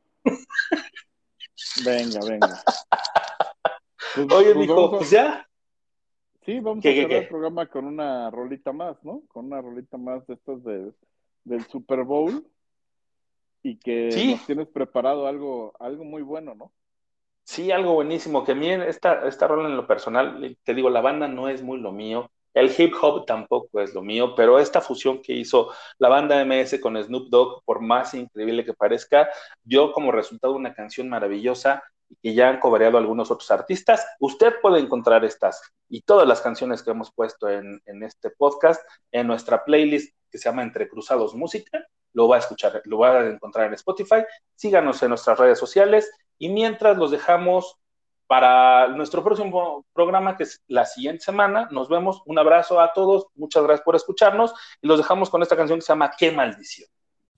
Venga. Pues, oye, mijo, pues ya. Sí, vamos a cerrar el programa con una rolita más, ¿no? Con una rolita más de estas del Super Bowl. Y que sí, nos tienes preparado algo muy bueno, ¿no? Sí, algo buenísimo, que a mí esta rola en lo personal, te digo, la banda no es muy lo mío, el hip hop tampoco es lo mío, pero esta fusión que hizo la banda MS con Snoop Dogg, por más increíble que parezca, dio como resultado una canción maravillosa y que ya han cobereado algunos otros artistas. Usted puede encontrar estas y todas las canciones que hemos puesto en este podcast en nuestra playlist que se llama Entre Cruzados Música. Lo va a escuchar, lo va a encontrar en Spotify. Síganos en nuestras redes sociales y mientras los dejamos para nuestro próximo programa, que es la siguiente semana. Nos vemos, un abrazo a todos, muchas gracias por escucharnos y los dejamos con esta canción que se llama Qué Maldición.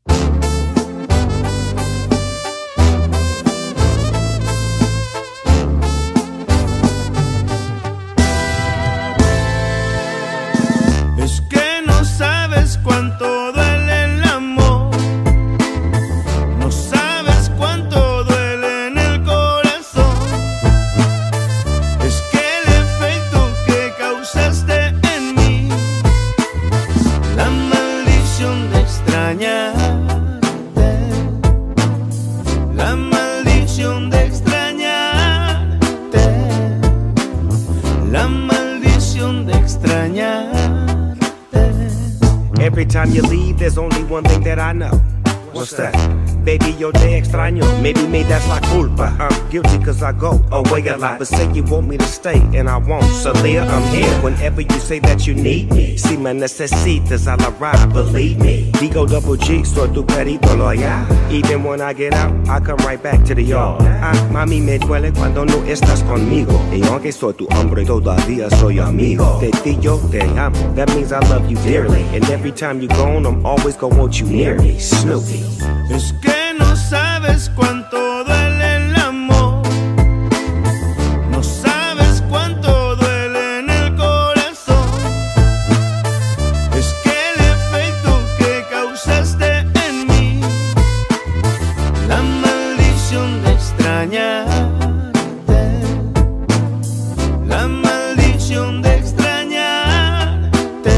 Es que no sabes cuánto duele el amor, no sabes cuánto duele en el corazón. Es que el efecto que causaste en mí, la maldición de extrañar. time you leave, there's only one thing that I know. What's that? Baby, yo te extraño. Maybe me, that's la culpa. I'm guilty cause I go away a lot. But say you want me to stay and I won't. So Leah, I'm here whenever you say that you need me. Si me necesitas, I'll arrive, believe me. Digo double G, soy tu perito loyal. Even when I get out, I come right back to the yard. Mami, me duele cuando no estás conmigo. Y aunque soy tu hombre, todavía soy amigo. De ti yo te amo. That means I love you dearly. And every time you're gone, I'm always gonna want you near me. Snoopy. Es que no sabes cuánto duele el amor. No sabes cuánto duele en el corazón. Es que el efecto que causaste en mí, la maldición de extrañarte, la maldición de extrañarte,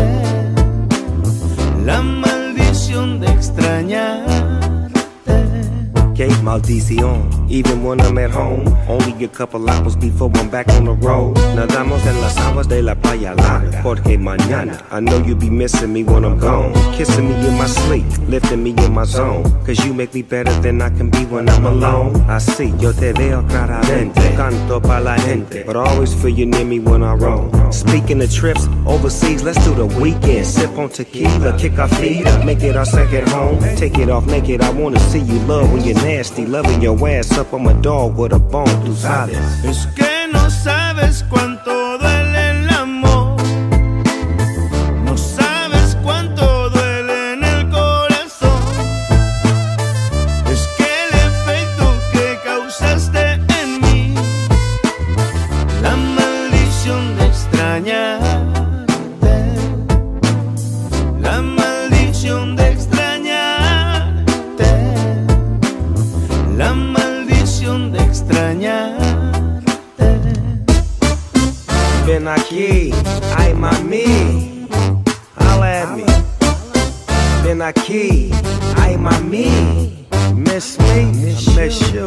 la maldición de extrañarte. Que maldición, even when I'm at home. Only a couple hours before I'm back on the road. Nadamos en las aguas de la playa larga. Porque mañana, I know you be missing me when I'm gone. Kissing me in my sleep, lifting me in my zone. Cause you make me better than I can be when I'm alone. Así yo te veo claramente. Canto pa' la gente, but I always feel you near me when I roam. Speaking of trips overseas, let's do the weekend. Sip on tequila, kick our feet up, make it our second home. Take it off naked, I wanna see you love when you're nasty. Loving your ass up, I'm a dog with a bone, tú sabes. Es que no sabes cuánto duele el amor. No sabes cuánto duele en el corazón. Es que el efecto que causaste en mí, la maldición de extrañarte, la maldición de extrañarte, la maldición de extrañarte. Ven aquí, ay mami, holla at me. Ven aquí, ay mami, miss me, I miss you.